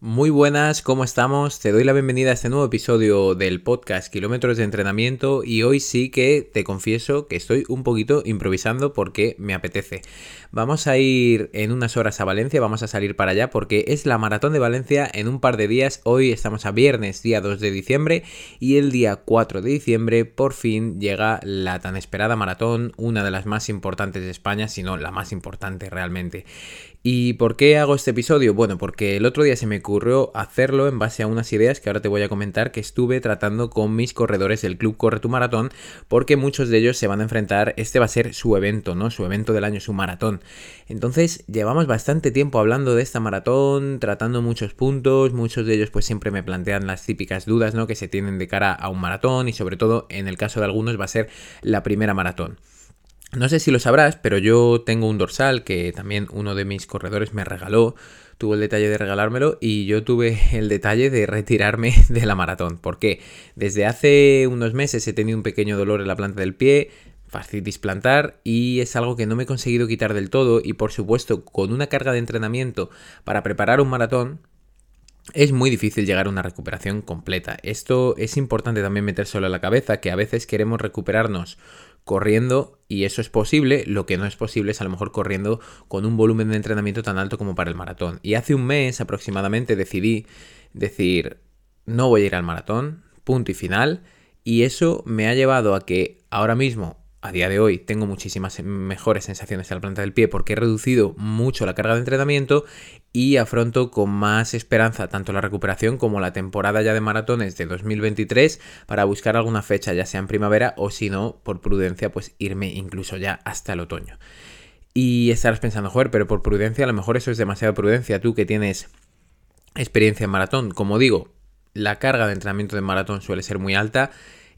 Muy buenas, ¿cómo estamos? Te doy la bienvenida a este nuevo episodio del podcast Kilómetros de Entrenamiento y hoy sí que te confieso que estoy un poquito improvisando porque me apetece. Vamos a ir en unas horas a Valencia, vamos a salir para allá porque es la Maratón de Valencia en un par de días. Hoy estamos a viernes, día 2 de diciembre y el día 4 de diciembre por fin llega la tan esperada maratón, una de las más importantes de España, si no la más importante realmente. ¿Y por qué hago este episodio? Bueno, porque el otro día se me ocurrió hacerlo en base a unas ideas que ahora te voy a comentar que estuve tratando con mis corredores del Club Corre Tu Maratón, porque muchos de ellos se van a enfrentar, este va a ser su evento, ¿no? Su evento del año, su maratón. Entonces, llevamos bastante tiempo hablando de esta maratón, tratando muchos puntos, muchos de ellos pues siempre me plantean las típicas dudas, ¿no? Que se tienen de cara a un maratón y sobre todo en el caso de algunos va a ser la primera maratón. No sé si lo sabrás, pero yo tengo un dorsal que también uno de mis corredores me regaló, tuvo el detalle de regalármelo y yo tuve el detalle de retirarme de la maratón. ¿Por qué? Desde hace unos meses he tenido un pequeño dolor en la planta del pie, fascitis plantar, y es algo que no me he conseguido quitar del todo y por supuesto con una carga de entrenamiento para preparar un maratón, es muy difícil llegar a una recuperación completa. Esto es importante también metérselo en la cabeza, que a veces queremos recuperarnos corriendo y eso es posible, lo que no es posible es a lo mejor corriendo con un volumen de entrenamiento tan alto como para el maratón. Y hace un mes aproximadamente decidí decir, no voy a ir al maratón, punto y final, y eso me ha llevado a que ahora mismo, a día de hoy, tengo muchísimas mejores sensaciones en la planta del pie porque he reducido mucho la carga de entrenamiento y afronto con más esperanza tanto la recuperación como la temporada ya de maratones de 2023 para buscar alguna fecha, ya sea en primavera o si no, por prudencia, pues irme incluso ya hasta el otoño. Y estarás pensando, joder, pero por prudencia a lo mejor eso es demasiada prudencia, tú que tienes experiencia en maratón. Como digo, la carga de entrenamiento de maratón suele ser muy alta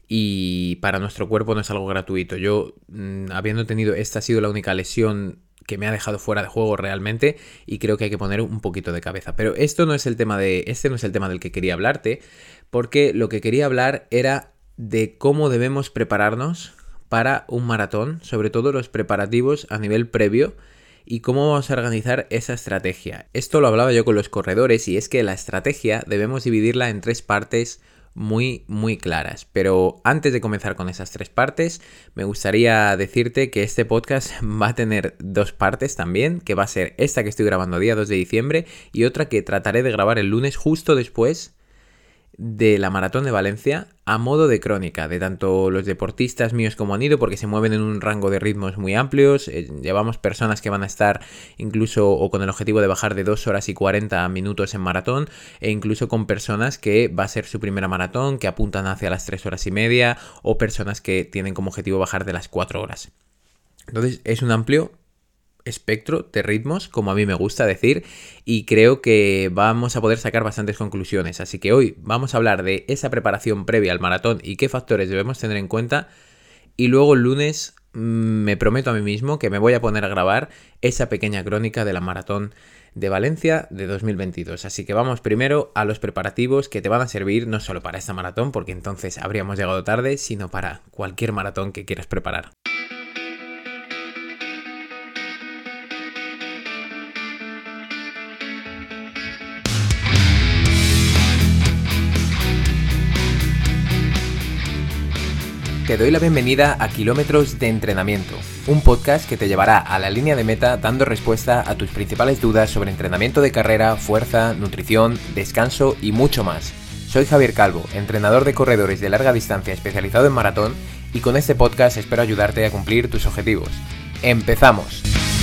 y para nuestro cuerpo no es algo gratuito. Yo, habiendo tenido, esta ha sido la única lesión que me ha dejado fuera de juego realmente y creo que hay que poner un poquito de cabeza. Pero este no es el tema del que quería hablarte, porque lo que quería hablar era de cómo debemos prepararnos para un maratón, sobre todo los preparativos a nivel previo y cómo vamos a organizar esa estrategia. Esto lo hablaba yo con los corredores y es que la estrategia debemos dividirla en tres partes muy claras. Pero antes de comenzar con esas tres partes, me gustaría decirte que este podcast va a tener dos partes también, que va a ser esta que estoy grabando día 2 de diciembre y otra que trataré de grabar el lunes justo después de la Maratón de Valencia a modo de crónica de tanto los deportistas míos como han ido, porque se mueven en un rango de ritmos muy amplios. Llevamos personas que van a estar incluso o con el objetivo de bajar de 2 horas y 40 minutos en maratón e incluso con personas que va a ser su primera maratón, que apuntan hacia las 3 horas y media o personas que tienen como objetivo bajar de las 4 horas. Entonces es un amplio espectro de ritmos, como a mí me gusta decir, y creo que vamos a poder sacar bastantes conclusiones. Así que hoy vamos a hablar de esa preparación previa al maratón y qué factores debemos tener en cuenta. Y luego el lunes me prometo a mí mismo que me voy a poner a grabar esa pequeña crónica de la maratón de Valencia de 2022. Así que vamos primero a los preparativos que te van a servir no solo para esta maratón, porque entonces habríamos llegado tarde, sino para cualquier maratón que quieras preparar. Te doy la bienvenida a Kilómetros de Entrenamiento, un podcast que te llevará a la línea de meta dando respuesta a tus principales dudas sobre entrenamiento de carrera, fuerza, nutrición, descanso y mucho más. Soy Javier Calvo, entrenador de corredores de larga distancia especializado en maratón y con este podcast espero ayudarte a cumplir tus objetivos. ¡Empezamos!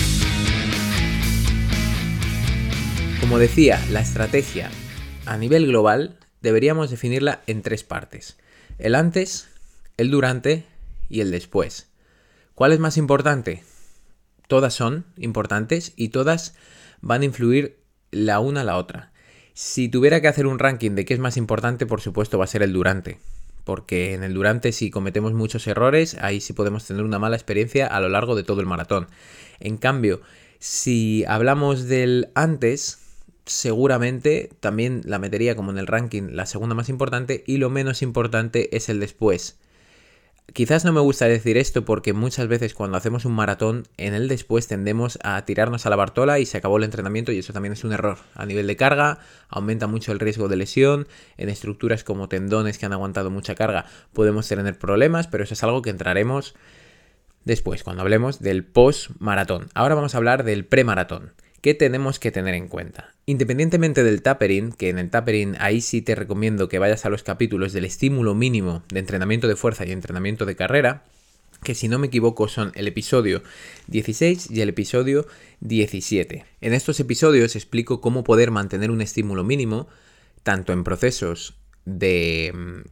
Como decía, la estrategia a nivel global deberíamos definirla en tres partes: el antes, el durante y el después. ¿Cuál es más importante? Todas son importantes y todas van a influir la una a la otra. Si tuviera que hacer un ranking de qué es más importante, por supuesto va a ser el durante. Porque en el durante, si cometemos muchos errores, ahí sí podemos tener una mala experiencia a lo largo de todo el maratón. En cambio, si hablamos del antes, seguramente también la metería como en el ranking la segunda más importante y lo menos importante es el después. Quizás no me gusta decir esto porque muchas veces cuando hacemos un maratón, en el después tendemos a tirarnos a la Bartola y se acabó el entrenamiento, y eso también es un error. A nivel de carga, aumenta mucho el riesgo de lesión. En estructuras como tendones que han aguantado mucha carga podemos tener problemas, pero eso es algo que entraremos después, cuando hablemos del post-maratón. Ahora vamos a hablar del pre-maratón. ¿Qué tenemos que tener en cuenta? Independientemente del tapering, que en el tapering ahí sí te recomiendo que vayas a los capítulos del estímulo mínimo de entrenamiento de fuerza y entrenamiento de carrera, que si no me equivoco son el episodio 16 y el episodio 17. En estos episodios explico cómo poder mantener un estímulo mínimo, tanto en procesos de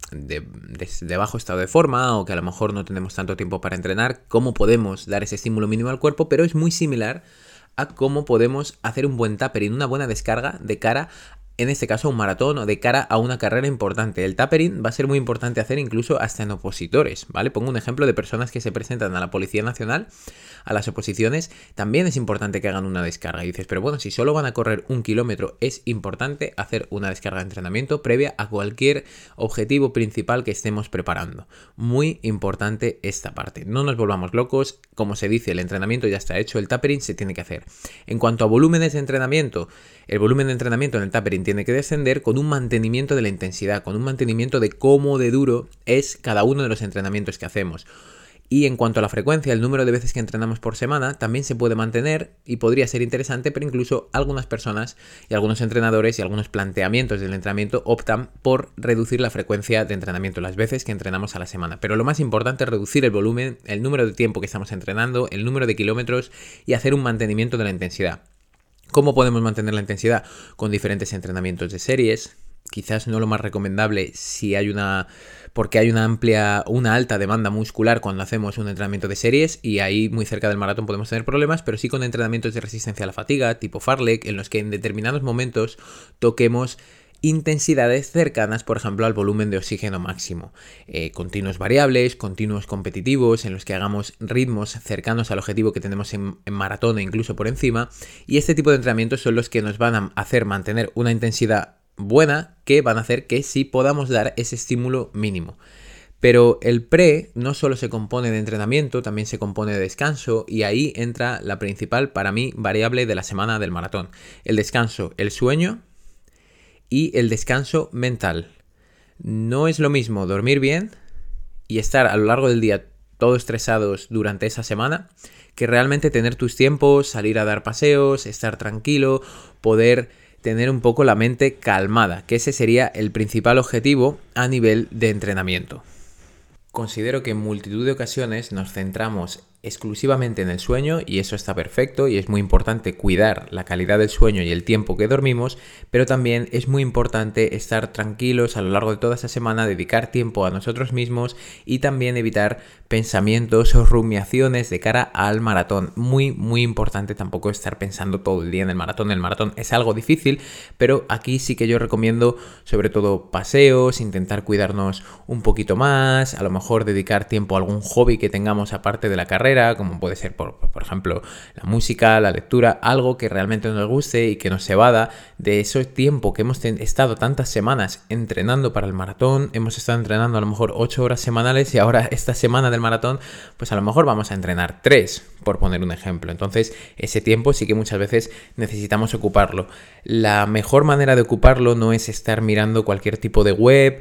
bajo estado de forma o que a lo mejor no tenemos tanto tiempo para entrenar, cómo podemos dar ese estímulo mínimo al cuerpo, pero es muy similar a cómo podemos hacer un buen tapering, una buena descarga de cara, en este caso a un maratón o de cara a una carrera importante. El tapering va a ser muy importante hacer incluso hasta en opositores, ¿vale? Pongo un ejemplo de personas que se presentan a la Policía Nacional, a las oposiciones, también es importante que hagan una descarga. Y dices, pero bueno, si solo van a correr 1 kilómetro, es importante hacer una descarga de entrenamiento previa a cualquier objetivo principal que estemos preparando. Muy importante esta parte. No nos volvamos locos, como se dice, el entrenamiento ya está hecho, el tapering se tiene que hacer. En cuanto a volúmenes de entrenamiento, el volumen de entrenamiento en el tapering tiene que descender con un mantenimiento de la intensidad, con un mantenimiento de cómo de duro es cada uno de los entrenamientos que hacemos. Y en cuanto a la frecuencia, el número de veces que entrenamos por semana también se puede mantener y podría ser interesante, pero incluso algunas personas y algunos entrenadores y algunos planteamientos del entrenamiento optan por reducir la frecuencia de entrenamiento, las veces que entrenamos a la semana. Pero lo más importante es reducir el volumen, el número de tiempo que estamos entrenando, el número de kilómetros y hacer un mantenimiento de la intensidad. ¿Cómo podemos mantener la intensidad? Con diferentes entrenamientos de series. Quizás no lo más recomendable porque hay una alta demanda muscular cuando hacemos un entrenamiento de series, y ahí muy cerca del maratón podemos tener problemas, pero sí con entrenamientos de resistencia a la fatiga, tipo fartlek, en los que en determinados momentos toquemos intensidades cercanas, por ejemplo, al volumen de oxígeno máximo. Continuos variables, continuos competitivos, en los que hagamos ritmos cercanos al objetivo que tenemos en maratón e incluso por encima, y este tipo de entrenamientos son los que nos van a hacer mantener una intensidad buena, que van a hacer que sí podamos dar ese estímulo mínimo. Pero el pre no solo se compone de entrenamiento, también se compone de descanso, y ahí entra la principal, para mí, variable de la semana del maratón. El descanso, el sueño y el descanso mental. No es lo mismo dormir bien y estar a lo largo del día todo estresados durante esa semana, que realmente tener tus tiempos, salir a dar paseos, estar tranquilo, poder tener un poco la mente calmada, que ese sería el principal objetivo a nivel de entrenamiento. Considero que en multitud de ocasiones nos centramos exclusivamente en el sueño, y eso está perfecto y es muy importante cuidar la calidad del sueño y el tiempo que dormimos, pero también es muy importante estar tranquilos a lo largo de toda esa semana, dedicar tiempo a nosotros mismos y también evitar pensamientos o rumiaciones de cara al maratón. Muy, muy importante tampoco estar pensando todo el día en el maratón. El maratón es algo difícil, pero aquí sí que yo recomiendo sobre todo paseos, intentar cuidarnos un poquito más, a lo mejor dedicar tiempo a algún hobby que tengamos aparte de la carrera, como puede ser por ejemplo la música, la lectura, algo que realmente nos guste y que nos evada de ese tiempo que hemos estado tantas semanas entrenando para el maratón. Hemos estado entrenando a lo mejor 8 horas semanales y ahora esta semana del maratón pues a lo mejor vamos a entrenar 3, por poner un ejemplo. Entonces ese tiempo sí que muchas veces necesitamos ocuparlo. La mejor manera de ocuparlo no es estar mirando cualquier tipo de web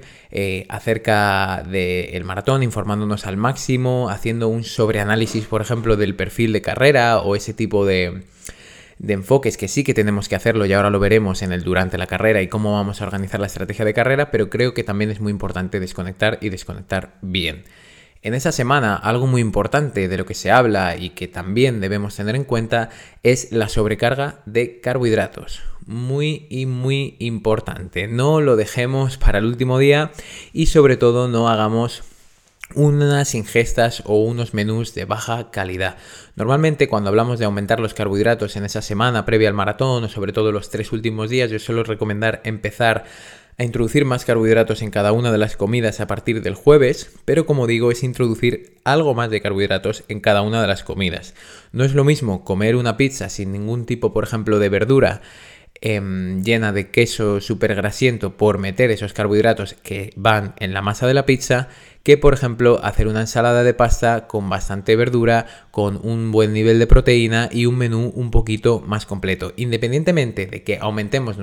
acerca del maratón, informándonos al máximo, haciendo un sobreanálisis, por ejemplo, del perfil de carrera o ese tipo de enfoques que sí que tenemos que hacerlo, y ahora lo veremos durante la carrera y cómo vamos a organizar la estrategia de carrera, pero creo que también es muy importante desconectar y desconectar bien. En esa semana, algo muy importante de lo que se habla y que también debemos tener en cuenta es la sobrecarga de carbohidratos. Muy y muy importante. No lo dejemos para el último día y sobre todo no hagamos unas ingestas o unos menús de baja calidad. Normalmente cuando hablamos de aumentar los carbohidratos en esa semana previa al maratón o sobre todo los 3 últimos días, yo suelo recomendar empezar a introducir más carbohidratos en cada una de las comidas a partir del jueves, pero como digo, es introducir algo más de carbohidratos en cada una de las comidas. No es lo mismo comer una pizza sin ningún tipo, por ejemplo, de verdura llena de queso súper grasiento por meter esos carbohidratos que van en la masa de la pizza, que por ejemplo hacer una ensalada de pasta con bastante verdura, con un buen nivel de proteína y un menú un poquito más completo. Independientemente de que aumentemos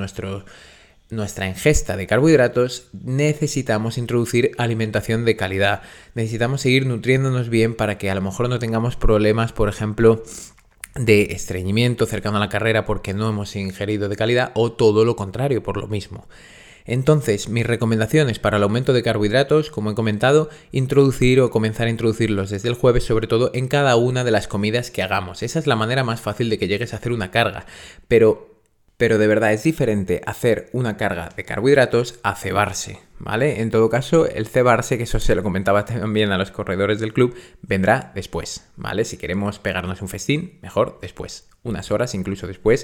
nuestra ingesta de carbohidratos, necesitamos introducir alimentación de calidad. Necesitamos seguir nutriéndonos bien para que a lo mejor no tengamos problemas, por ejemplo, de estreñimiento cercano a la carrera porque no hemos ingerido de calidad, o todo lo contrario por lo mismo. Entonces, mis recomendaciones para el aumento de carbohidratos, como he comentado, introducir o comenzar a introducirlos desde el jueves, sobre todo en cada una de las comidas que hagamos. Esa es la manera más fácil de que llegues a hacer una carga, pero de verdad es diferente hacer una carga de carbohidratos a cebarse, ¿vale? En todo caso, el cebarse, que eso se lo comentaba también a los corredores del club, vendrá después, ¿vale? Si queremos pegarnos un festín, mejor después. Unas horas incluso después,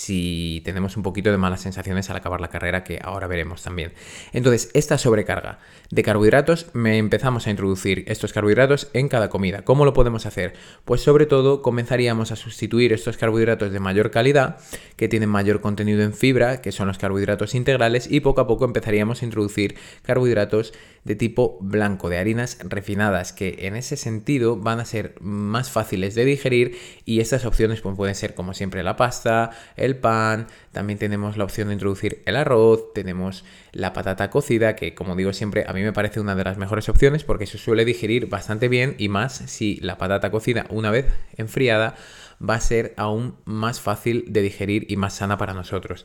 si tenemos un poquito de malas sensaciones al acabar la carrera, que ahora veremos también. Entonces, esta sobrecarga de carbohidratos, empezamos a introducir estos carbohidratos en cada comida. ¿Cómo lo podemos hacer? Pues sobre todo comenzaríamos a sustituir estos carbohidratos de mayor calidad, que tienen mayor contenido en fibra, que son los carbohidratos integrales, y poco a poco empezaríamos a introducir carbohidratos de tipo blanco, de harinas refinadas, que en ese sentido van a ser más fáciles de digerir, y estas opciones pues, pueden ser como siempre la pasta, el pan, también tenemos la opción de introducir el arroz, tenemos la patata cocida, que como digo siempre a mí me parece una de las mejores opciones porque se suele digerir bastante bien, y más si la patata cocida una vez enfriada va a ser aún más fácil de digerir y más sana para nosotros.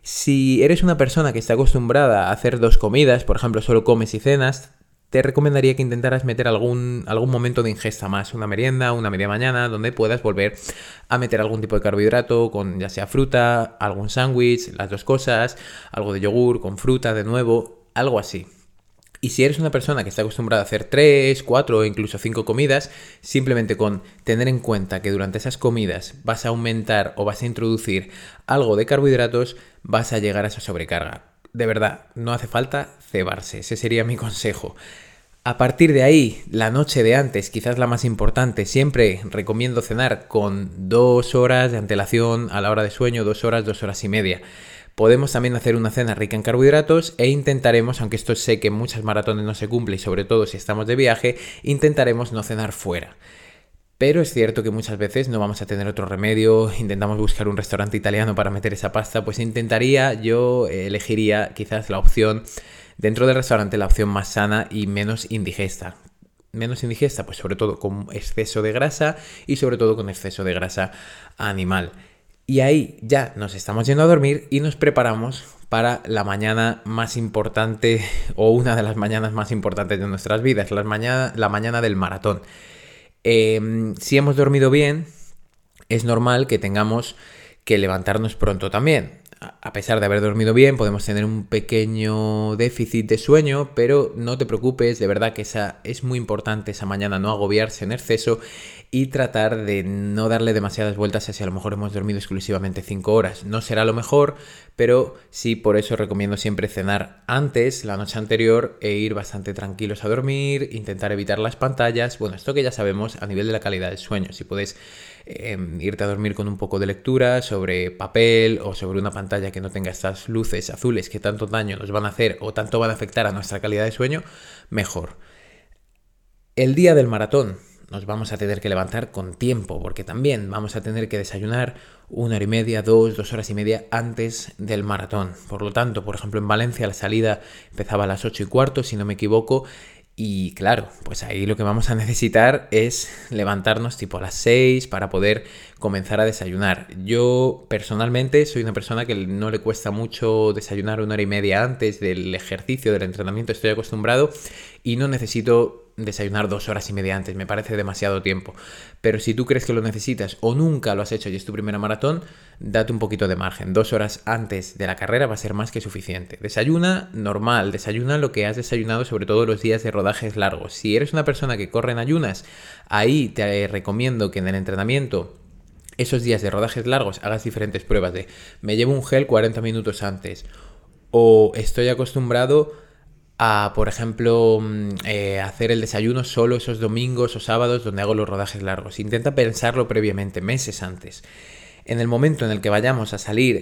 Si eres una persona que está acostumbrada a hacer 2 comidas, por ejemplo solo comes y cenas, te recomendaría que intentaras meter algún momento de ingesta más, una merienda, una media mañana, donde puedas volver a meter algún tipo de carbohidrato, con ya sea fruta, algún sándwich, las 2 cosas, algo de yogur con fruta de nuevo, algo así. Y si eres una persona que está acostumbrada a hacer 3, 4 o incluso 5 comidas, simplemente con tener en cuenta que durante esas comidas vas a aumentar o vas a introducir algo de carbohidratos, vas a llegar a esa sobrecarga. De verdad, no hace falta cebarse, ese sería mi consejo. A partir de ahí, la noche de antes, quizás la más importante, siempre recomiendo cenar con 2 horas de antelación a la hora de sueño, 2 horas y media. Podemos también hacer una cena rica en carbohidratos e intentaremos, aunque esto sé que en muchas maratones no se cumple y sobre todo si estamos de viaje, intentaremos no cenar fuera. Pero es cierto que muchas veces no vamos a tener otro remedio, intentamos buscar un restaurante italiano para meter esa pasta, pues elegiría quizás la opción dentro del restaurante, la opción más sana y menos indigesta. Menos indigesta, pues sobre todo con exceso de grasa y sobre todo con exceso de grasa animal. Y ahí ya nos estamos yendo a dormir y nos preparamos para la mañana más importante o una de las mañanas más importantes de nuestras vidas, la mañana del maratón. Si hemos dormido bien, es normal que tengamos que levantarnos pronto también. A pesar de haber dormido bien, podemos tener un pequeño déficit de sueño, pero no te preocupes, de verdad que es muy importante esa mañana no agobiarse en exceso y tratar de no darle demasiadas vueltas a si a lo mejor hemos dormido exclusivamente 5 horas. No será lo mejor, pero sí, por eso recomiendo siempre cenar antes, la noche anterior, e ir bastante tranquilos a dormir, intentar evitar las pantallas. Bueno, esto que ya sabemos a nivel de la calidad del sueño, si puedes irte a dormir con un poco de lectura sobre papel o sobre una pantalla que no tenga estas luces azules que tanto daño nos van a hacer o tanto van a afectar a nuestra calidad de sueño, mejor. El día del maratón nos vamos a tener que levantar con tiempo, porque también vamos a tener que desayunar 1 hora y media, 2 horas y media antes del maratón. Por lo tanto, por ejemplo, en Valencia la salida empezaba a las 8:15, si no me equivoco, y claro, pues ahí lo que vamos a necesitar es levantarnos tipo a las 6 para poder comenzar a desayunar. Yo personalmente soy una persona que no le cuesta mucho desayunar 1 hora y media antes del ejercicio, del entrenamiento, estoy acostumbrado y no necesito desayunar 2 horas y media antes, me parece demasiado tiempo. Pero si tú crees que lo necesitas o nunca lo has hecho y es tu primera maratón, date un poquito de margen. 2 horas antes de la carrera va a ser más que suficiente. Desayuna normal, desayuna lo que has desayunado, sobre todo los días de rodajes largos. Si eres una persona que corre en ayunas, ahí te recomiendo que en el entrenamiento, esos días de rodajes largos, hagas diferentes pruebas de me llevo un gel 40 minutos antes, o estoy acostumbrado a, por ejemplo, hacer el desayuno solo esos domingos o sábados donde hago los rodajes largos. Intenta pensarlo previamente, meses antes. En el momento en el que vayamos a salir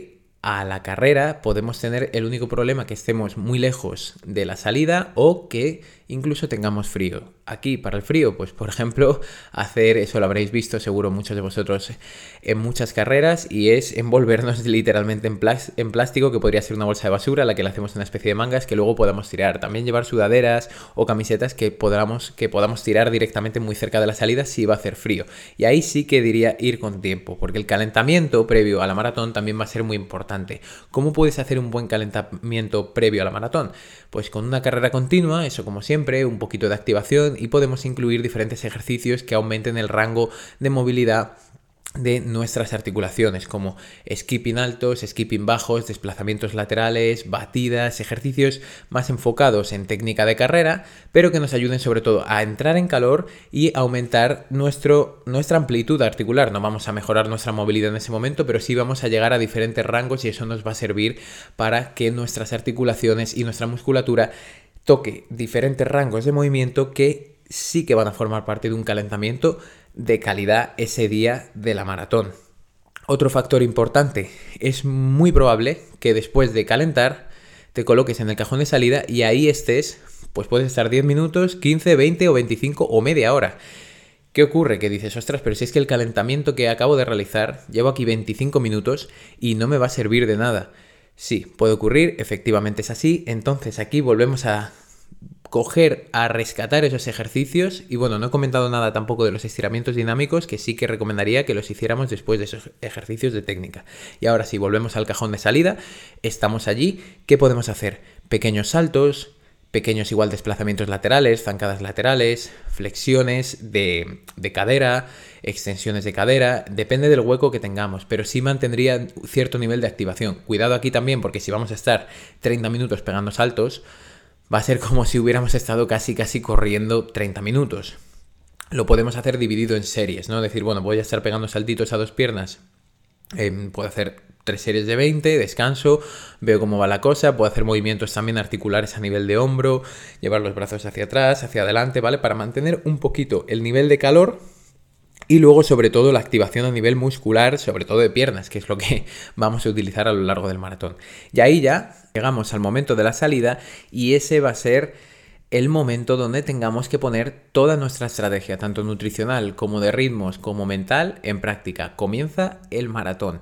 a la carrera podemos tener el único problema que estemos muy lejos de la salida o que incluso tengamos frío. Aquí para el frío, pues por ejemplo, hacer, eso lo habréis visto seguro muchos de vosotros en muchas carreras, y es envolvernos literalmente en plástico, que podría ser una bolsa de basura a la que le hacemos una especie de mangas que luego podamos tirar. También llevar sudaderas o camisetas que podamos tirar directamente muy cerca de la salida si va a hacer frío. Y ahí sí que diría ir con tiempo, porque el calentamiento previo a la maratón también va a ser muy importante. ¿Cómo puedes hacer un buen calentamiento previo a la maratón? Pues con una carrera continua, eso como siempre, un poquito de activación, y podemos incluir diferentes ejercicios que aumenten el rango de movilidad de nuestras articulaciones, como skipping altos, skipping bajos, desplazamientos laterales, batidas, ejercicios más enfocados en técnica de carrera, pero que nos ayuden sobre todo a entrar en calor y aumentar nuestra amplitud articular. No vamos a mejorar nuestra movilidad en ese momento, pero sí vamos a llegar a diferentes rangos, y eso nos va a servir para que nuestras articulaciones y nuestra musculatura toque diferentes rangos de movimiento que sí que van a formar parte de un calentamiento de calidad ese día de la maratón. Otro factor importante: es muy probable que después de calentar te coloques en el cajón de salida y ahí estés, pues puedes estar 10 minutos, 15, 20 o 25 o media hora. ¿Qué ocurre? Que dices, ostras, pero si es que el calentamiento que acabo de realizar, llevo aquí 25 minutos y no me va a servir de nada. Sí, puede ocurrir, efectivamente es así. Entonces aquí volvemos a rescatar esos ejercicios, y bueno, no he comentado nada tampoco de los estiramientos dinámicos, que sí que recomendaría que los hiciéramos después de esos ejercicios de técnica. Y ahora sí, volvemos al cajón de salida, estamos allí. ¿Qué podemos hacer? Pequeños saltos, pequeños igual desplazamientos laterales, zancadas laterales, flexiones de cadera, extensiones de cadera, depende del hueco que tengamos, pero sí mantendría cierto nivel de activación. Cuidado aquí también, porque si vamos a estar 30 minutos pegando saltos, va a ser como si hubiéramos estado casi corriendo 30 minutos. Lo podemos hacer dividido en series, ¿no? Decir, bueno, voy a estar pegando saltitos a dos piernas. Puedo hacer 3 series de 20, descanso, veo cómo va la cosa. Puedo hacer movimientos también articulares a nivel de hombro, llevar los brazos hacia atrás, hacia adelante, ¿vale? Para mantener un poquito el nivel de calor. Y luego, sobre todo, la activación a nivel muscular, sobre todo de piernas, que es lo que vamos a utilizar a lo largo del maratón. Y ahí ya llegamos al momento de la salida, y ese va a ser el momento donde tengamos que poner toda nuestra estrategia, tanto nutricional como de ritmos, como mental, en práctica. Comienza el maratón.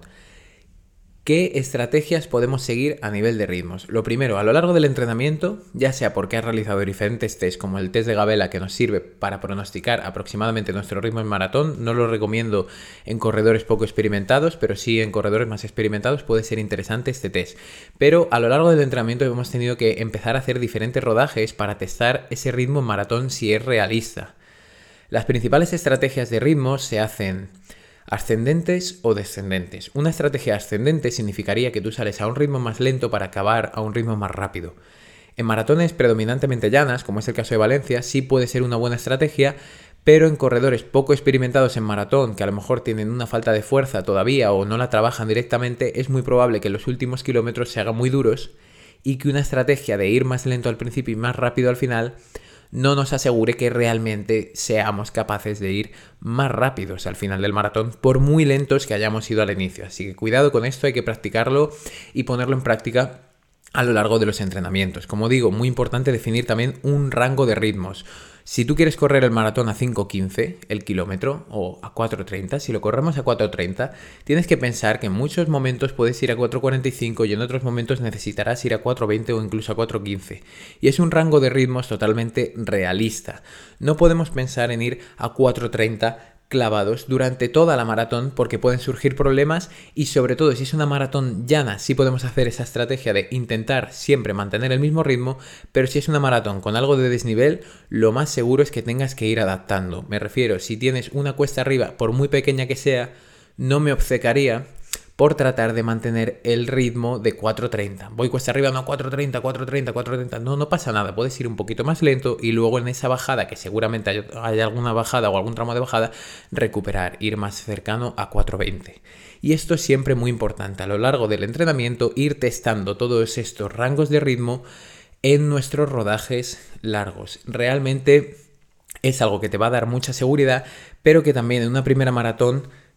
¿Qué estrategias podemos seguir a nivel de ritmos? Lo primero, a lo largo del entrenamiento, ya sea porque has realizado diferentes tests, como el test de Gabela, que nos sirve para pronosticar aproximadamente nuestro ritmo en maratón. No lo recomiendo en corredores poco experimentados, pero sí en corredores más experimentados puede ser interesante este test. Pero a lo largo del entrenamiento hemos tenido que empezar a hacer diferentes rodajes para testar ese ritmo en maratón si es realista. Las principales estrategias de ritmos se hacen ascendentes o descendentes. Una estrategia ascendente significaría que tú sales a un ritmo más lento para acabar a un ritmo más rápido. En maratones predominantemente llanas, como es el caso de Valencia, sí puede ser una buena estrategia, pero en corredores poco experimentados en maratón, que a lo mejor tienen una falta de fuerza todavía o no la trabajan directamente, es muy probable que los últimos kilómetros se hagan muy duros y que una estrategia de ir más lento al principio y más rápido al final no nos asegure que realmente seamos capaces de ir más rápidos al final del maratón, por muy lentos que hayamos ido al inicio. Así que cuidado con esto, hay que practicarlo y ponerlo en práctica a lo largo de los entrenamientos. Como digo, muy importante definir también un rango de ritmos. Si tú quieres correr el maratón a 5:15 el kilómetro, o a 4:30, si lo corremos a 4:30, tienes que pensar que en muchos momentos puedes ir a 4:45 y en otros momentos necesitarás ir a 4:20 o incluso a 4:15. Y es un rango de ritmos totalmente realista. No podemos pensar en ir a 4:30 clavados durante toda la maratón, porque pueden surgir problemas, y sobre todo si es una maratón llana sí podemos hacer esa estrategia de intentar siempre mantener el mismo ritmo, pero si es una maratón con algo de desnivel, lo más seguro es que tengas que ir adaptando. Me refiero, si tienes una cuesta arriba, por muy pequeña que sea, no me obcecaría por tratar de mantener el ritmo de 4:30. Voy cuesta arriba, no, 4:30, 4:30, 4:30. No pasa nada, puedes ir un poquito más lento y luego en esa bajada, que seguramente hay alguna bajada o algún tramo de bajada, recuperar, ir más cercano a 4:20. Y esto es siempre muy importante, a lo largo del entrenamiento, ir testando todos estos rangos de ritmo en nuestros rodajes largos. Realmente es algo que te va a dar mucha seguridad, pero que también en una primera maratón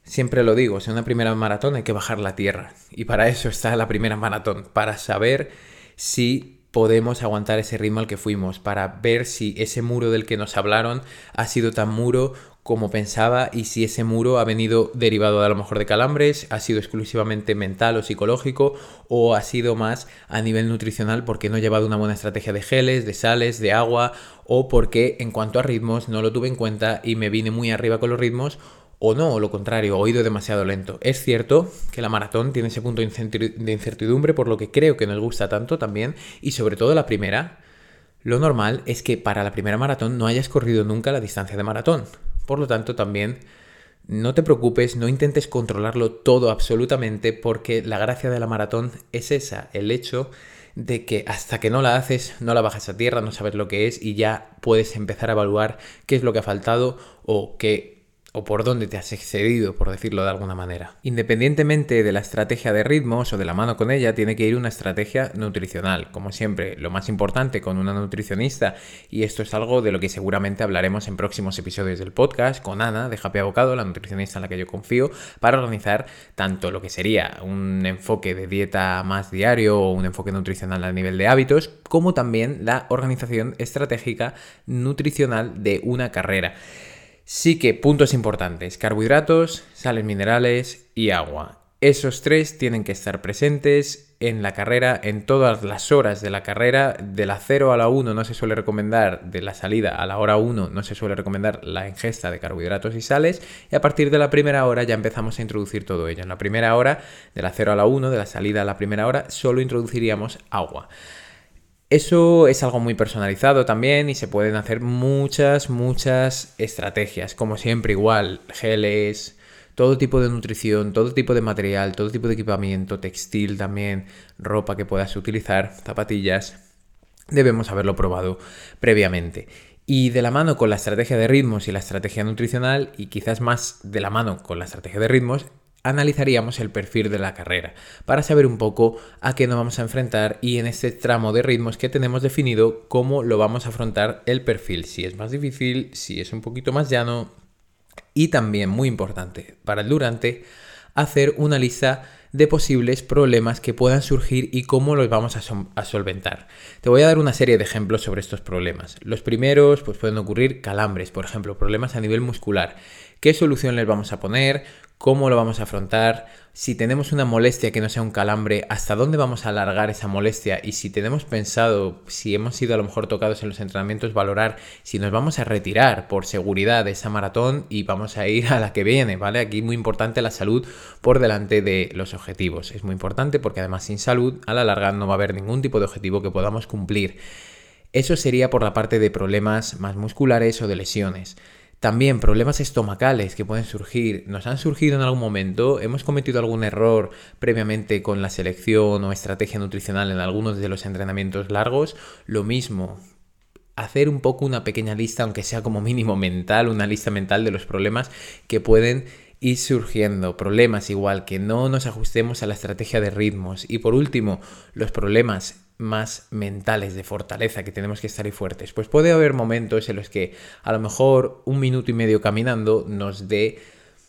Siempre lo digo, si en una primera maratón hay que bajar la tierra. Y para eso está la primera maratón, para saber si podemos aguantar ese ritmo al que fuimos, para ver si ese muro del que nos hablaron ha sido tan muro como pensaba y si ese muro ha venido derivado a lo mejor de calambres, ha sido exclusivamente mental o psicológico o ha sido más a nivel nutricional porque no he llevado una buena estrategia de geles, de sales, de agua o porque en cuanto a ritmos no lo tuve en cuenta y me vine muy arriba con los ritmos. O no, o lo contrario, o he ido demasiado lento. Es cierto que la maratón tiene ese punto de incertidumbre, por lo que creo que nos gusta tanto también, y sobre todo la primera. Lo normal es que para la primera maratón no hayas corrido nunca la distancia de maratón. Por lo tanto, también no te preocupes, no intentes controlarlo todo absolutamente, porque la gracia de la maratón es esa, el hecho de que hasta que no la haces, no la bajas a tierra, no sabes lo que es y ya puedes empezar a evaluar qué es lo que ha faltado o por dónde te has excedido, por decirlo de alguna manera. Independientemente de la estrategia de ritmos o de la mano con ella, tiene que ir una estrategia nutricional. Como siempre, lo más importante con una nutricionista, y esto es algo de lo que seguramente hablaremos en próximos episodios del podcast, con Ana de Happy Avocado, la nutricionista en la que yo confío, para organizar tanto lo que sería un enfoque de dieta más diario o un enfoque nutricional a nivel de hábitos, como también la organización estratégica nutricional de una carrera. Sí que puntos importantes, carbohidratos, sales minerales y agua. Esos tres tienen que estar presentes en la carrera, en todas las horas de la carrera. De la 0 a la 1 no se suele recomendar, de la salida a la hora 1 no se suele recomendar la ingesta de carbohidratos y sales, y a partir de la primera hora ya empezamos a introducir todo ello. En la primera hora, de la 0 a la 1, de la salida a la primera hora, solo introduciríamos agua. Eso es algo muy personalizado también y se pueden hacer muchas estrategias. Como siempre, igual, geles, todo tipo de nutrición, todo tipo de material, todo tipo de equipamiento, textil también, ropa que puedas utilizar, zapatillas. Debemos haberlo probado previamente. Y de la mano con la estrategia de ritmos y la estrategia nutricional, y quizás más de la mano con la estrategia de ritmos, analizaríamos el perfil de la carrera para saber un poco a qué nos vamos a enfrentar y en este tramo de ritmos que tenemos definido cómo lo vamos a afrontar el perfil, si es más difícil, si es un poquito más llano y también, muy importante, para el durante, hacer una lista de posibles problemas que puedan surgir y cómo los vamos a solventar. Te voy a dar una serie de ejemplos sobre estos problemas. Los primeros pues pueden ocurrir calambres, por ejemplo, problemas a nivel muscular. ¿Qué solución les vamos a poner? ¿Cómo lo vamos a afrontar? Si tenemos una molestia que no sea un calambre, ¿hasta dónde vamos a alargar esa molestia? Y si tenemos pensado, si hemos sido a lo mejor tocados en los entrenamientos, valorar si nos vamos a retirar por seguridad de esa maratón y vamos a ir a la que viene, ¿vale? Aquí muy importante la salud por delante de los objetivos. Es muy importante porque además sin salud, a la larga no va a haber ningún tipo de objetivo que podamos cumplir. Eso sería por la parte de problemas más musculares o de lesiones. También problemas estomacales que pueden surgir. ¿Nos han surgido en algún momento? ¿Hemos cometido algún error previamente con la selección o estrategia nutricional en algunos de los entrenamientos largos? Lo mismo, hacer un poco una pequeña lista, aunque sea como mínimo mental, una lista mental de los problemas que pueden ir surgiendo. Problemas igual, que no nos ajustemos a la estrategia de ritmos. Y por último, los problemas más mentales de fortaleza, que tenemos que estar ahí fuertes. Pues puede haber momentos en los que a lo mejor 1 minuto y medio caminando nos dé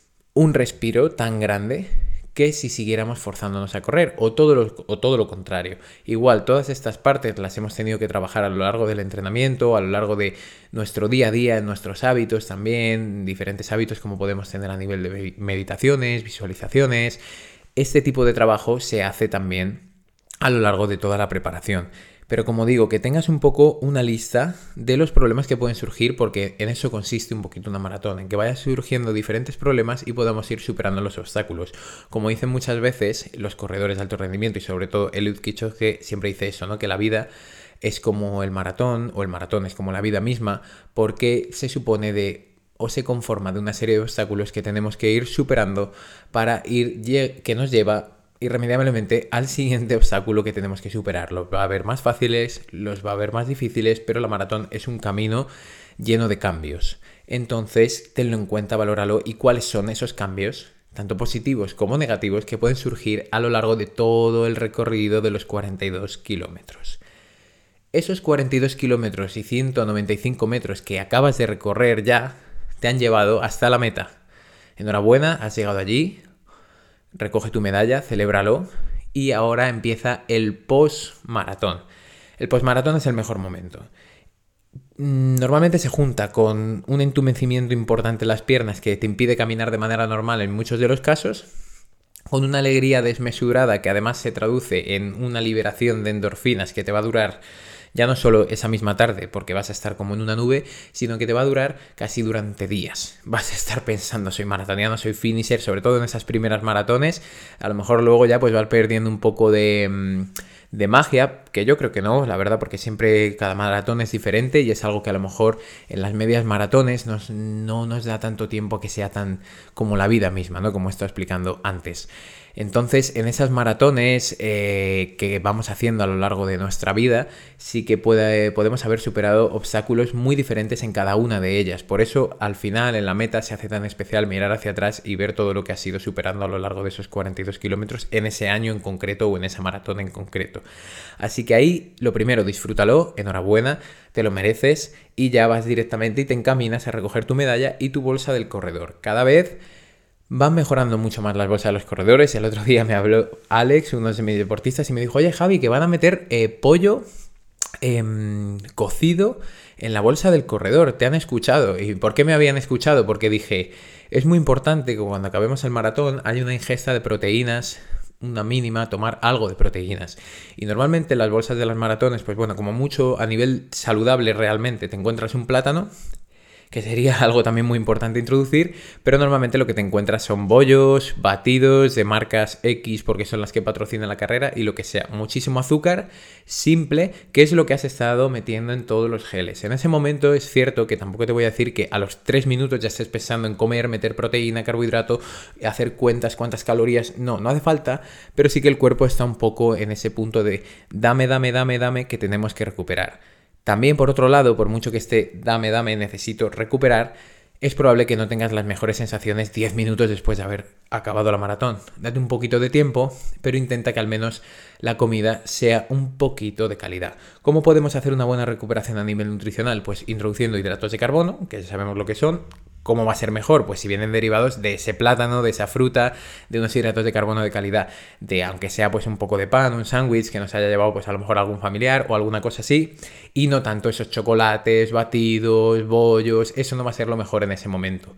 un respiro tan grande que si siguiéramos forzándonos a correr o todo lo contrario. Igual, todas estas partes las hemos tenido que trabajar a lo largo del entrenamiento, a lo largo de nuestro día a día, en nuestros hábitos también, diferentes hábitos como podemos tener a nivel de meditaciones, visualizaciones. Este tipo de trabajo se hace también a lo largo de toda la preparación. Pero como digo, que tengas un poco una lista de los problemas que pueden surgir, porque en eso consiste un poquito una maratón, en que vayan surgiendo diferentes problemas y podamos ir superando los obstáculos. Como dicen muchas veces los corredores de alto rendimiento y sobre todo Eliud Kipchoge siempre dice eso, ¿no? Que la vida es como el maratón o el maratón es como la vida misma, porque se supone o se conforma de una serie de obstáculos que tenemos que ir superando para que nos lleva irremediablemente al siguiente obstáculo que tenemos que superar. Los va a haber más fáciles, los va a haber más difíciles, pero la maratón es un camino lleno de cambios. Entonces, tenlo en cuenta, valóralo y cuáles son esos cambios, tanto positivos como negativos, que pueden surgir a lo largo de todo el recorrido de los 42 kilómetros. Esos 42 kilómetros y 195 metros que acabas de recorrer ya te han llevado hasta la meta. enhorabuena, has llegado allí, recoge tu medalla, celébralo y ahora empieza el post-maratón. El post-maratón es el mejor momento. Normalmente se junta con un entumecimiento importante en las piernas que te impide caminar de manera normal en muchos de los casos, con una alegría desmesurada que además se traduce en una liberación de endorfinas que te va a durar ya no solo esa misma tarde, porque vas a estar como en una nube, sino que te va a durar casi durante días. Vas a estar pensando, soy maratoniano, soy finisher, sobre todo en esas primeras maratones. A lo mejor luego ya pues vas perdiendo un poco de magia, que yo creo que no, la verdad, porque siempre cada maratón es diferente y es algo que a lo mejor en las medias maratones no nos da tanto tiempo que sea tan como la vida misma, ¿no? Como he estado explicando antes. Entonces, en esas maratones que vamos haciendo a lo largo de nuestra vida, sí que podemos haber superado obstáculos muy diferentes en cada una de ellas. Por eso, al final, en la meta, se hace tan especial mirar hacia atrás y ver todo lo que has ido superando a lo largo de esos 42 kilómetros en ese año en concreto o en esa maratón en concreto. Así que ahí, lo primero, disfrútalo, enhorabuena, te lo mereces y ya vas directamente y te encaminas a recoger tu medalla y tu bolsa del corredor. Cada vez van mejorando mucho más las bolsas de los corredores. El otro día me habló Alex, uno de mis deportistas, y me dijo, oye Javi, que van a meter pollo cocido en la bolsa del corredor. ¿Te han escuchado? ¿Y por qué me habían escuchado? Porque dije, es muy importante que cuando acabemos el maratón haya una ingesta de proteínas, una mínima, tomar algo de proteínas. Y normalmente las bolsas de las maratones, pues bueno, como mucho a nivel saludable realmente, te encuentras un plátano, que sería algo también muy importante introducir, pero normalmente lo que te encuentras son bollos, batidos de marcas X porque son las que patrocinan la carrera y lo que sea, muchísimo azúcar simple, que es lo que has estado metiendo en todos los geles. En ese momento es cierto que tampoco te voy a decir que a los 3 minutos ya estés pensando en comer, meter proteína, carbohidrato, hacer cuentas, cuántas calorías, no hace falta, pero sí que el cuerpo está un poco en ese punto de dame, que tenemos que recuperar. También, por otro lado, por mucho que esté dame, necesito recuperar, es probable que no tengas las mejores sensaciones 10 minutos después de haber acabado la maratón. Date un poquito de tiempo, pero intenta que al menos la comida sea un poquito de calidad. ¿Cómo podemos hacer una buena recuperación a nivel nutricional? Pues introduciendo hidratos de carbono, que ya sabemos lo que son. ¿Cómo va a ser mejor? Pues si vienen derivados de ese plátano, de esa fruta, de unos hidratos de carbono de calidad, de aunque sea pues un poco de pan, un sándwich que nos haya llevado pues a lo mejor algún familiar o alguna cosa así, y no tanto esos chocolates, batidos, bollos, eso no va a ser lo mejor en ese momento.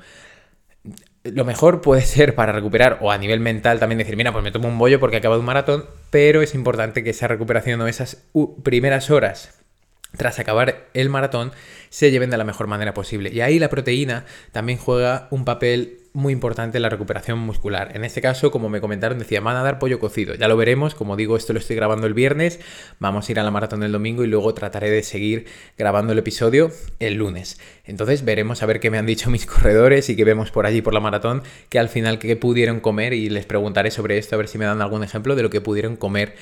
Lo mejor puede ser para recuperar o a nivel mental también decir, mira, pues me tomo un bollo porque he acabado un maratón, pero es importante que esa recuperación o esas primeras horas tras acabar el maratón se lleven de la mejor manera posible. Y ahí la proteína también juega un papel muy importante en la recuperación muscular. En este caso, como me comentaron, decía, van a dar pollo cocido. Ya lo veremos, como digo, esto lo estoy grabando el viernes, vamos a ir a la maratón el domingo y luego trataré de seguir grabando el episodio el lunes. Entonces veremos a ver qué me han dicho mis corredores y qué vemos por allí por la maratón, que al final qué pudieron comer, y les preguntaré sobre esto a ver si me dan algún ejemplo de lo que pudieron comer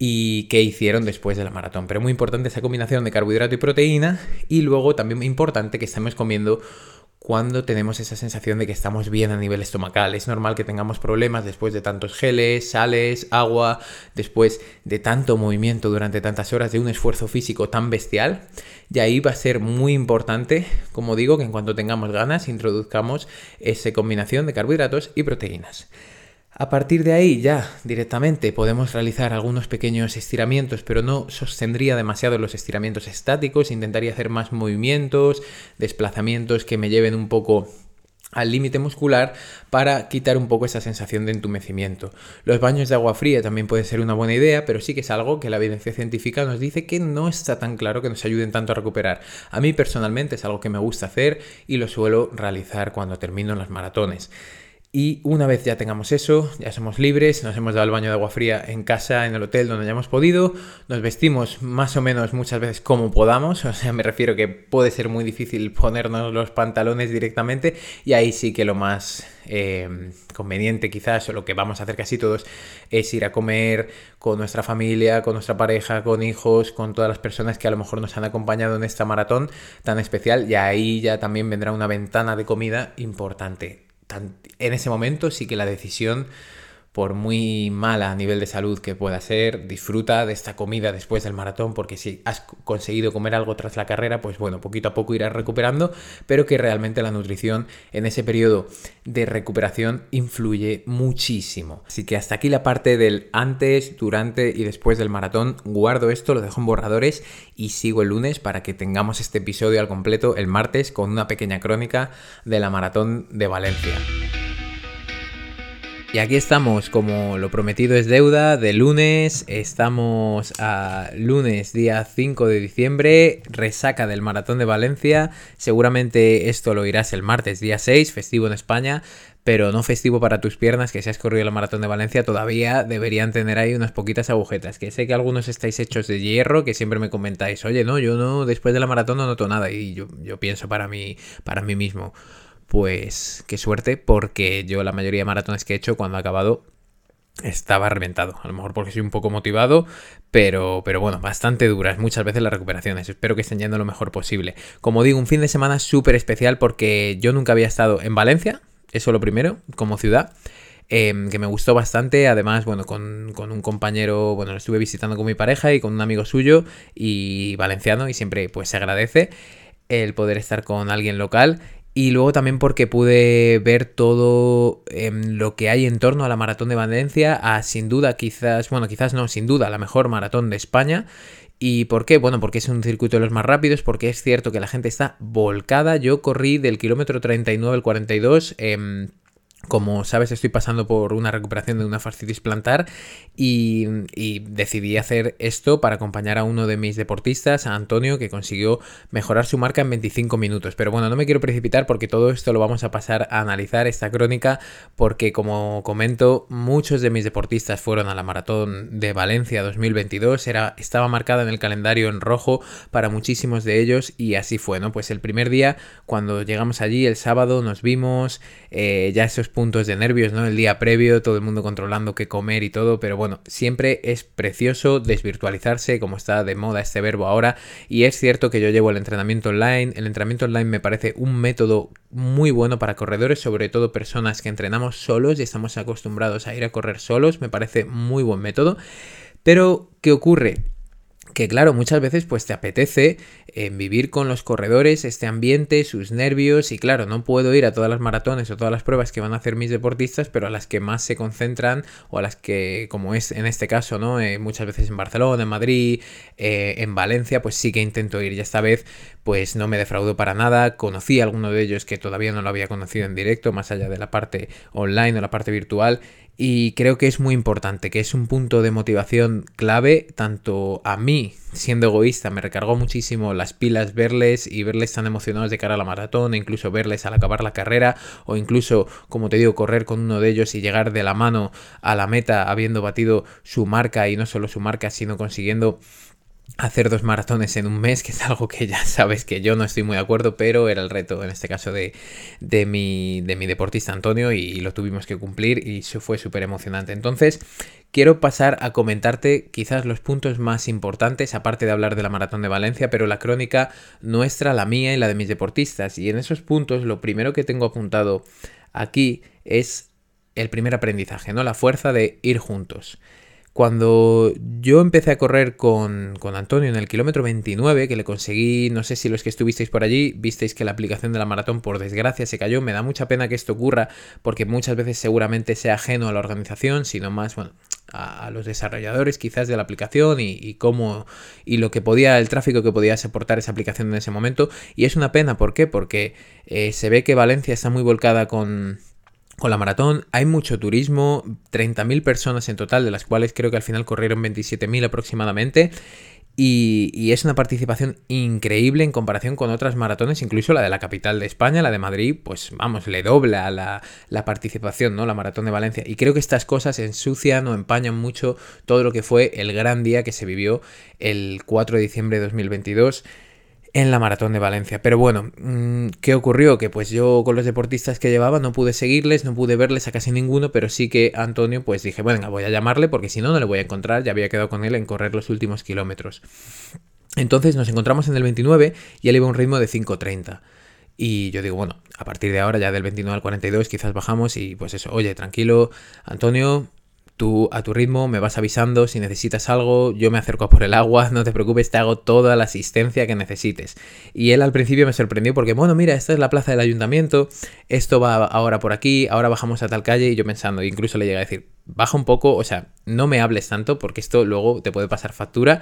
y qué hicieron después de la maratón. Pero muy importante esa combinación de carbohidrato y proteína, y luego también importante que estemos comiendo cuando tenemos esa sensación de que estamos bien a nivel estomacal. Es normal que tengamos problemas después de tantos geles, sales, agua, después de tanto movimiento durante tantas horas, de un esfuerzo físico tan bestial. Y ahí va a ser muy importante, como digo, que en cuanto tengamos ganas introduzcamos esa combinación de carbohidratos y proteínas. A partir de ahí ya directamente podemos realizar algunos pequeños estiramientos, pero no sostendría demasiado los estiramientos estáticos, intentaría hacer más movimientos, desplazamientos que me lleven un poco al límite muscular para quitar un poco esa sensación de entumecimiento. Los baños de agua fría también pueden ser una buena idea, pero sí que es algo que la evidencia científica nos dice que no está tan claro que nos ayuden tanto a recuperar. A mí personalmente es algo que me gusta hacer y lo suelo realizar cuando termino las maratones. Y una vez ya tengamos eso, ya somos libres, nos hemos dado el baño de agua fría en casa, en el hotel donde hayamos podido, nos vestimos más o menos muchas veces como podamos, o sea, me refiero que puede ser muy difícil ponernos los pantalones directamente, y ahí sí que lo más conveniente quizás, o lo que vamos a hacer casi todos, es ir a comer con nuestra familia, con nuestra pareja, con hijos, con todas las personas que a lo mejor nos han acompañado en esta maratón tan especial, y ahí ya también vendrá una ventana de comida importante. En ese momento sí que la decisión por muy mala a nivel de salud que pueda ser, disfruta de esta comida después del maratón, porque si has conseguido comer algo tras la carrera, pues bueno, poquito a poco irás recuperando, pero que realmente la nutrición en ese periodo de recuperación influye muchísimo. Así que hasta aquí la parte del antes, durante y después del maratón. Guardo esto, lo dejo en borradores y sigo el lunes para que tengamos este episodio al completo el martes con una pequeña crónica de la maratón de Valencia. Y aquí estamos, como lo prometido es deuda, de lunes, estamos a lunes día 5 de diciembre, resaca del Maratón de Valencia, seguramente esto lo oirás el martes día 6, festivo en España, pero no festivo para tus piernas, que si has corrido el Maratón de Valencia todavía deberían tener ahí unas poquitas agujetas, que sé que algunos estáis hechos de hierro, que siempre me comentáis, oye, no, yo no, después de la maratón no noto nada, y yo pienso para mí mismo. Pues qué suerte, porque yo la mayoría de maratones que he hecho cuando he acabado estaba reventado. A lo mejor porque soy un poco motivado, pero bueno, bastante duras muchas veces las recuperaciones. Espero que estén yendo lo mejor posible. Como digo, un fin de semana súper especial porque yo nunca había estado en Valencia, eso lo primero, como ciudad. Que me gustó bastante, además, bueno, con un compañero, bueno, lo estuve visitando con mi pareja y con un amigo suyo y valenciano, y siempre pues se agradece el poder estar con alguien local. Y luego también porque pude ver todo lo que hay en torno a la Maratón de Valencia, sin duda, sin duda, la mejor maratón de España. ¿Y por qué? Bueno, porque es un circuito de los más rápidos, porque es cierto que la gente está volcada. Yo corrí del kilómetro 39 al 42, como sabes, estoy pasando por una recuperación de una fascitis plantar y decidí hacer esto para acompañar a uno de mis deportistas, a Antonio, que consiguió mejorar su marca en 25 minutos. Pero bueno, no me quiero precipitar porque todo esto lo vamos a pasar a analizar, esta crónica, porque como comento, muchos de mis deportistas fueron a la Maratón de Valencia 2022, estaba marcada en el calendario en rojo para muchísimos de ellos y así fue, ¿no? Pues el primer día, cuando llegamos allí, el sábado, nos vimos, ya esos puntos de nervios, ¿no? El día previo, todo el mundo controlando qué comer y todo, pero bueno, siempre es precioso desvirtualizarse, como está de moda este verbo ahora, y es cierto que yo llevo el entrenamiento online. El entrenamiento online me parece un método muy bueno para corredores, sobre todo personas que entrenamos solos y estamos acostumbrados a ir a correr solos, me parece muy buen método. Pero, ¿qué ocurre? Que claro, muchas veces pues te apetece vivir con los corredores este ambiente, sus nervios, y claro, no puedo ir a todas las maratones o todas las pruebas que van a hacer mis deportistas, pero a las que más se concentran o a las que, como es en este caso, ¿no? Muchas veces en Barcelona, en Madrid, en Valencia, pues sí que intento ir, y esta vez pues no me defraudo para nada. Conocí a alguno de ellos que todavía no lo había conocido en directo, más allá de la parte online o la parte virtual, y creo que es muy importante, que es un punto de motivación clave. Tanto a mí, siendo egoísta, me recargó muchísimo las pilas verles tan emocionados de cara a la maratón, e incluso verles al acabar la carrera, o incluso, como te digo, correr con uno de ellos y llegar de la mano a la meta habiendo batido su marca, y no solo su marca, sino consiguiendo hacer 2 maratones en un mes, que es algo que ya sabes que yo no estoy muy de acuerdo, pero era el reto en este caso de mi deportista Antonio, y lo tuvimos que cumplir y eso fue súper emocionante. Entonces quiero pasar a comentarte quizás los puntos más importantes, aparte de hablar de la Maratón de Valencia, pero la crónica nuestra, la mía y la de mis deportistas. Y en esos puntos lo primero que tengo apuntado aquí es el primer aprendizaje, ¿no? La fuerza de ir juntos. Cuando yo empecé a correr con Antonio en el kilómetro 29, que le conseguí, no sé si los que estuvisteis por allí, visteis que la aplicación de la maratón por desgracia se cayó. Me da mucha pena que esto ocurra, porque muchas veces seguramente sea ajeno a la organización, sino más, bueno, a los desarrolladores quizás de la aplicación y cómo y lo que podía, el tráfico que podía soportar esa aplicación en ese momento. Y es una pena, ¿por qué? Porque se ve que Valencia está muy volcada con la maratón, hay mucho turismo, 30.000 personas en total, de las cuales creo que al final corrieron 27.000 aproximadamente, y es una participación increíble en comparación con otras maratones, incluso la de la capital de España, la de Madrid, pues vamos, le dobla la participación, ¿no? La Maratón de Valencia, y creo que estas cosas ensucian o empañan mucho todo lo que fue el gran día que se vivió el 4 de diciembre de 2022, en la Maratón de Valencia. Pero bueno, ¿qué ocurrió? Que pues yo con los deportistas que llevaba no pude seguirles, no pude verles a casi ninguno, pero sí que a Antonio pues dije, bueno, voy a llamarle porque si no, no le voy a encontrar. Ya había quedado con él en correr los últimos kilómetros. Entonces nos encontramos en el 29 y él iba a un ritmo de 5:30. Y yo digo, bueno, a partir de ahora, ya del 29 al 42, quizás bajamos y pues eso, oye, tranquilo, Antonio, tú a tu ritmo me vas avisando si necesitas algo, yo me acerco a por el agua, no te preocupes, te hago toda la asistencia que necesites. Y él al principio me sorprendió porque, bueno, mira, esta es la plaza del ayuntamiento, esto va ahora por aquí, ahora bajamos a tal calle, y yo pensando, incluso le llegué a decir, baja un poco, o sea, no me hables tanto porque esto luego te puede pasar factura.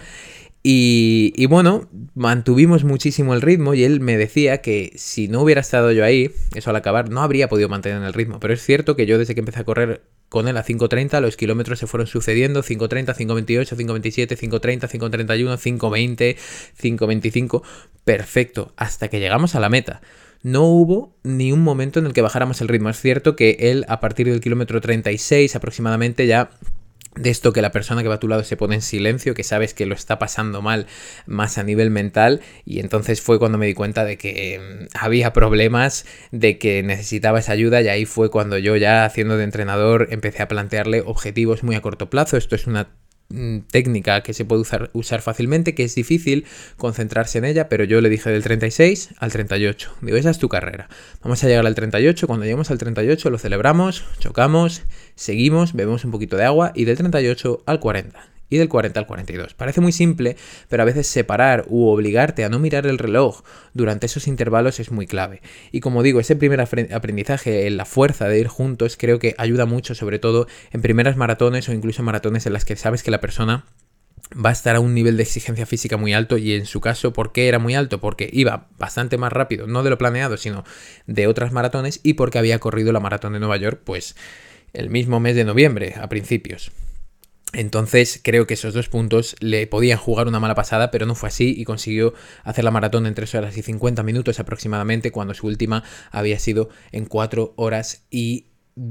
Y bueno, mantuvimos muchísimo el ritmo y él me decía que si no hubiera estado yo ahí, eso al acabar, no habría podido mantener el ritmo. Pero es cierto que yo desde que empecé a correr con él a 5.30, los kilómetros se fueron sucediendo, 5.30, 5.28, 5.27, 5.30, 5.31, 5.20, 5.25, perfecto, hasta que llegamos a la meta. No hubo ni un momento en el que bajáramos el ritmo. Es cierto que él a partir del kilómetro 36 aproximadamente ya... de esto que la persona que va a tu lado se pone en silencio, que sabes que lo está pasando mal más a nivel mental, y entonces fue cuando me di cuenta de que había problemas, de que necesitaba esa ayuda, y ahí fue cuando yo ya haciendo de entrenador empecé a plantearle objetivos muy a corto plazo. Esto es una técnica que se puede usar fácilmente, que es difícil concentrarse en ella, pero yo le dije del 36 al 38. Digo, esa es tu carrera. Vamos a llegar al 38, cuando lleguemos al 38 lo celebramos, chocamos, seguimos, bebemos un poquito de agua, y del 38 al 40. Y del 40 al 42. Parece muy simple, pero a veces separar u obligarte a no mirar el reloj durante esos intervalos es muy clave. Y como digo, ese primer aprendizaje en la fuerza de ir juntos creo que ayuda mucho, sobre todo en primeras maratones o incluso maratones en las que sabes que la persona va a estar a un nivel de exigencia física muy alto. Y en su caso, ¿por qué era muy alto? Porque iba bastante más rápido, no de lo planeado, sino de otras maratones, y porque había corrido la maratón de Nueva York pues el mismo mes de noviembre, a principios. Entonces creo que esos dos puntos le podían jugar una mala pasada, pero no fue así, y consiguió hacer la maratón en 3 horas y 50 minutos aproximadamente, cuando su última había sido en 4 horas y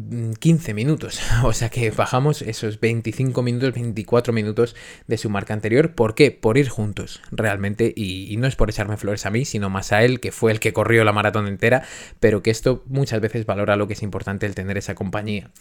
15 minutos. O sea que bajamos esos 25 minutos, 24 minutos de su marca anterior. ¿Por qué? Por ir juntos, realmente, y no es por echarme flores a mí, sino más a él, que fue el que corrió la maratón entera, pero que esto muchas veces valora lo que es importante, el tener esa compañía.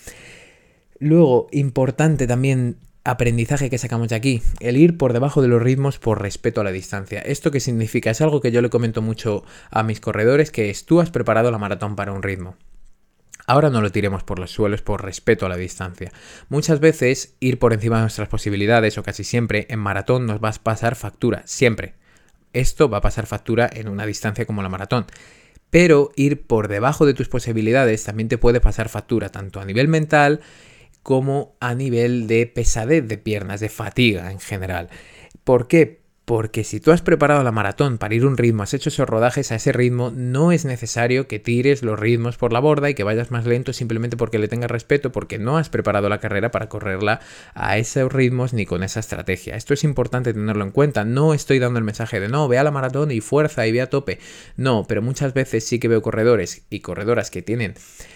Luego, importante también aprendizaje que sacamos de aquí, el ir por debajo de los ritmos por respeto a la distancia. ¿Esto qué significa? Es algo que yo le comento mucho a mis corredores, que es: tú has preparado la maratón para un ritmo. Ahora no lo tiremos por los suelos por respeto a la distancia. Muchas veces ir por encima de nuestras posibilidades, o casi siempre, en maratón nos va a pasar factura, siempre. Esto va a pasar factura en una distancia como la maratón. Pero ir por debajo de tus posibilidades también te puede pasar factura, tanto a nivel mental como a nivel de pesadez de piernas, de fatiga en general. ¿Por qué? Porque si tú has preparado la maratón para ir a un ritmo, has hecho esos rodajes a ese ritmo, no es necesario que tires los ritmos por la borda y que vayas más lento simplemente porque le tengas respeto, porque no has preparado la carrera para correrla a esos ritmos ni con esa estrategia. Esto es importante tenerlo en cuenta. No estoy dando el mensaje de no, ve a la maratón y fuerza y ve a tope. No, pero muchas veces sí que veo corredores y corredoras que tienen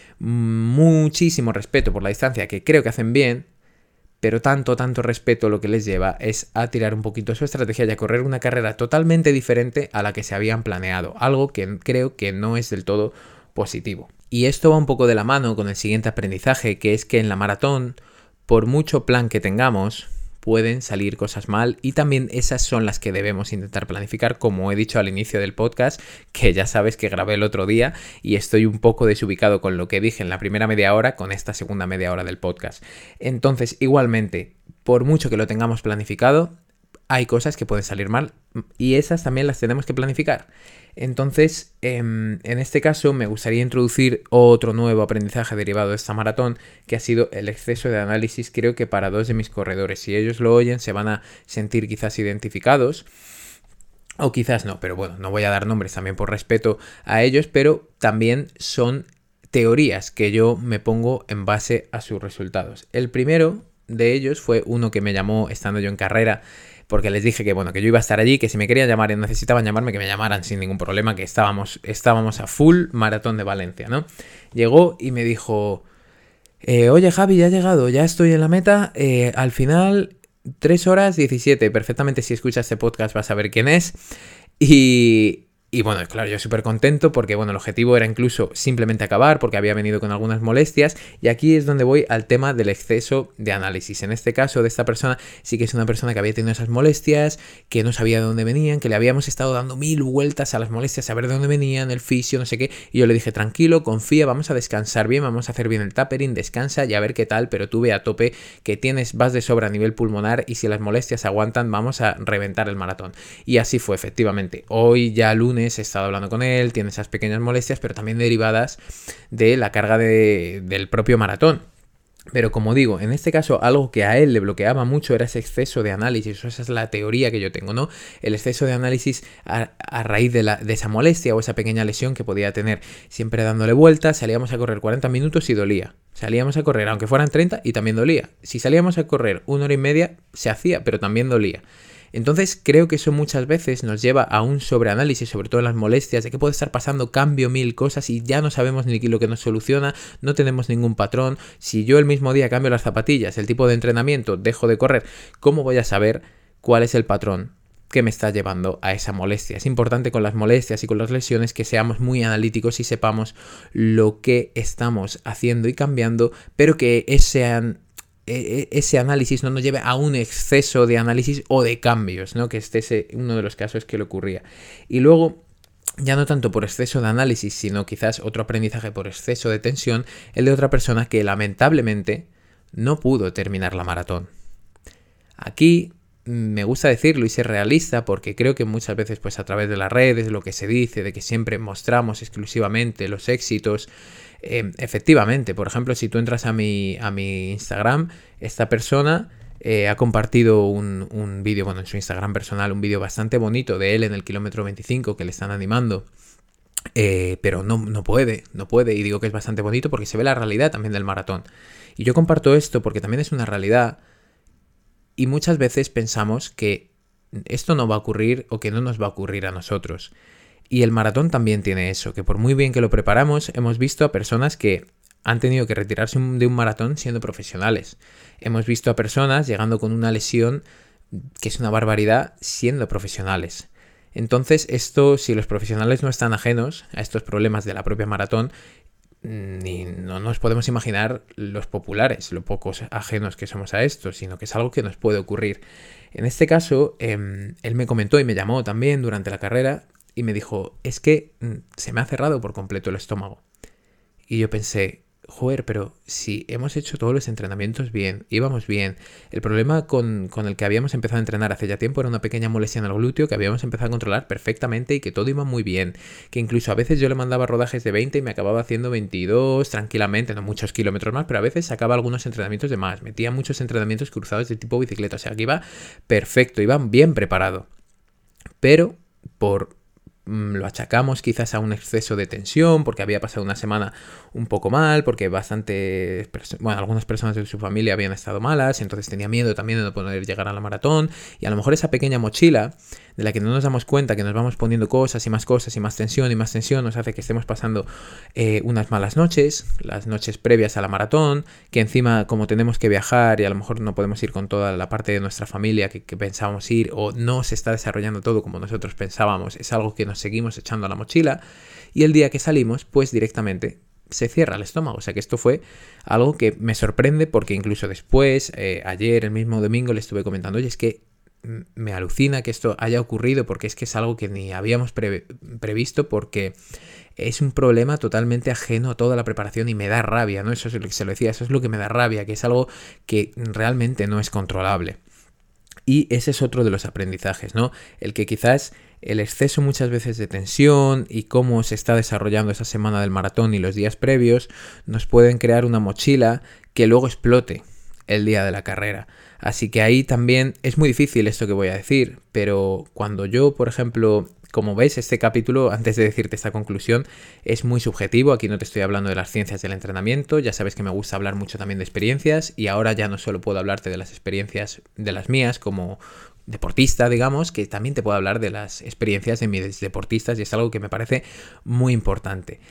muchísimo respeto por la distancia, que creo que hacen bien, pero tanto respeto lo que les lleva es a tirar un poquito su estrategia y a correr una carrera totalmente diferente a la que se habían planeado, algo que creo que no es del todo positivo. Y esto va un poco de la mano con el siguiente aprendizaje, que es que en la maratón, por mucho plan que tengamos, pueden salir cosas mal, y también esas son las que debemos intentar planificar, como he dicho al inicio del podcast, que ya sabes que grabé el otro día y estoy un poco desubicado con lo que dije en la primera media hora con esta segunda media hora del podcast. Entonces, igualmente, por mucho que lo tengamos planificado, hay cosas que pueden salir mal y esas también las tenemos que planificar. Entonces, en este caso me gustaría introducir otro nuevo aprendizaje derivado de esta maratón, que ha sido el exceso de análisis. Creo que para 2 de mis corredores, si ellos lo oyen, se van a sentir quizás identificados, o quizás no, pero bueno, no voy a dar nombres también por respeto a ellos, pero también son teorías que yo me pongo en base a sus resultados. El primero de ellos fue uno que me llamó estando yo en carrera, porque les dije que bueno, que yo iba a estar allí, que si me querían llamar y necesitaban llamarme, que me llamaran sin ningún problema, que estábamos a full maratón de Valencia, ¿no? Llegó y me dijo, oye Javi, ya he llegado, ya estoy en la meta, al final 3 horas 17, perfectamente si escuchas este podcast vas a saber quién es, y Y bueno, claro, yo súper contento porque bueno, el objetivo era incluso simplemente acabar porque había venido con algunas molestias, y aquí es donde voy al tema del exceso de análisis. En este caso de esta persona sí que es una persona que había tenido esas molestias, que no sabía de dónde venían, que le habíamos estado dando 1000 vueltas a las molestias, a ver de dónde venían, el fisio, no sé qué, y yo le dije, tranquilo, confía, vamos a descansar bien, vamos a hacer bien el tapering, descansa y a ver qué tal, pero tú ve a tope, que vas de sobra a nivel pulmonar, y si las molestias aguantan vamos a reventar el maratón. Y así fue, efectivamente. Hoy ya lunes he estado hablando con él, tiene esas pequeñas molestias, pero también derivadas de la carga del propio maratón. Pero como digo, en este caso algo que a él le bloqueaba mucho era ese exceso de análisis, o esa es la teoría que yo tengo, ¿no? El exceso de análisis a raíz de esa molestia o esa pequeña lesión que podía tener. Siempre dándole vueltas, salíamos a correr 40 minutos y dolía. Salíamos a correr, aunque fueran 30, y también dolía. Si salíamos a correr 1 hora y media, se hacía, pero también dolía. Entonces creo que eso muchas veces nos lleva a un sobreanálisis, sobre todo en las molestias, de que puede estar pasando cambio 1000 cosas y ya no sabemos ni lo que nos soluciona, no tenemos ningún patrón. Si yo el mismo día cambio las zapatillas, el tipo de entrenamiento, dejo de correr, ¿cómo voy a saber cuál es el patrón que me está llevando a esa molestia? Es importante con las molestias y con las lesiones que seamos muy analíticos y sepamos lo que estamos haciendo y cambiando, pero que ese análisis no nos lleve a un exceso de análisis o de cambios, ¿no? Que este es uno de los casos que le ocurría. Y luego, ya no tanto por exceso de análisis, sino quizás otro aprendizaje por exceso de tensión, el de otra persona que lamentablemente no pudo terminar la maratón. Aquí me gusta decirlo y ser realista, porque creo que muchas veces pues a través de las redes lo que se dice de que siempre mostramos exclusivamente los éxitos. Efectivamente, por ejemplo, si tú entras a mi Instagram, esta persona ha compartido un vídeo, bueno, en su Instagram personal, un vídeo bastante bonito de él en el kilómetro 25 que le están animando. Pero no puede, y digo que es bastante bonito porque se ve la realidad también del maratón. Y yo comparto esto porque también es una realidad, y muchas veces pensamos que esto no va a ocurrir o que no nos va a ocurrir a nosotros. Y el maratón también tiene eso, que por muy bien que lo preparamos, hemos visto a personas que han tenido que retirarse de un maratón siendo profesionales. Hemos visto a personas llegando con una lesión que es una barbaridad siendo profesionales. Entonces, esto, si los profesionales no están ajenos a estos problemas de la propia maratón, no nos podemos imaginar los populares, lo pocos ajenos que somos a esto, sino que es algo que nos puede ocurrir. En este caso, él me comentó y me llamó también durante la carrera y me dijo, es que se me ha cerrado por completo el estómago. Y yo pensé, joder, pero si hemos hecho todos los entrenamientos bien, íbamos bien. El problema con el que habíamos empezado a entrenar hace ya tiempo era una pequeña molestia en el glúteo que habíamos empezado a controlar perfectamente y que todo iba muy bien. Que incluso a veces yo le mandaba rodajes de 20 y me acababa haciendo 22 tranquilamente, no muchos kilómetros más, pero a veces sacaba algunos entrenamientos de más. Metía muchos entrenamientos cruzados de tipo bicicleta, o sea que iba perfecto, iba bien preparado. Pero lo achacamos quizás a un exceso de tensión, porque había pasado una semana un poco mal, porque algunas personas de su familia habían estado malas, entonces tenía miedo también de no poder llegar a la maratón, y a lo mejor esa pequeña mochila de la que no nos damos cuenta, que nos vamos poniendo cosas y más tensión, nos hace que estemos pasando unas malas noches, las noches previas a la maratón, que encima como tenemos que viajar y a lo mejor no podemos ir con toda la parte de nuestra familia que pensábamos ir, o no se está desarrollando todo como nosotros pensábamos, es algo que nos seguimos echando a la mochila, y el día que salimos pues directamente se cierra el estómago. O sea que esto fue algo que me sorprende, porque incluso después, ayer, el mismo domingo, le estuve comentando, oye, es que me alucina que esto haya ocurrido, porque es que es algo que ni habíamos previsto, porque es un problema totalmente ajeno a toda la preparación y me da rabia, ¿no? Eso es lo que se lo decía, eso es lo que me da rabia, que es algo que realmente no es controlable. Y ese es otro de los aprendizajes, ¿no? El que quizás el exceso muchas veces de tensión y cómo se está desarrollando esa semana del maratón y los días previos nos pueden crear una mochila que luego explote el día de la carrera. Así que ahí también es muy difícil esto que voy a decir, pero cuando yo, por ejemplo, como ves, este capítulo, antes de decirte esta conclusión, es muy subjetivo. Aquí no te estoy hablando de las ciencias del entrenamiento, ya sabes que me gusta hablar mucho también de experiencias, y ahora ya no solo puedo hablarte de las experiencias de las mías como deportista, digamos, que también te puedo hablar de las experiencias de mis deportistas, y es algo que me parece muy importante.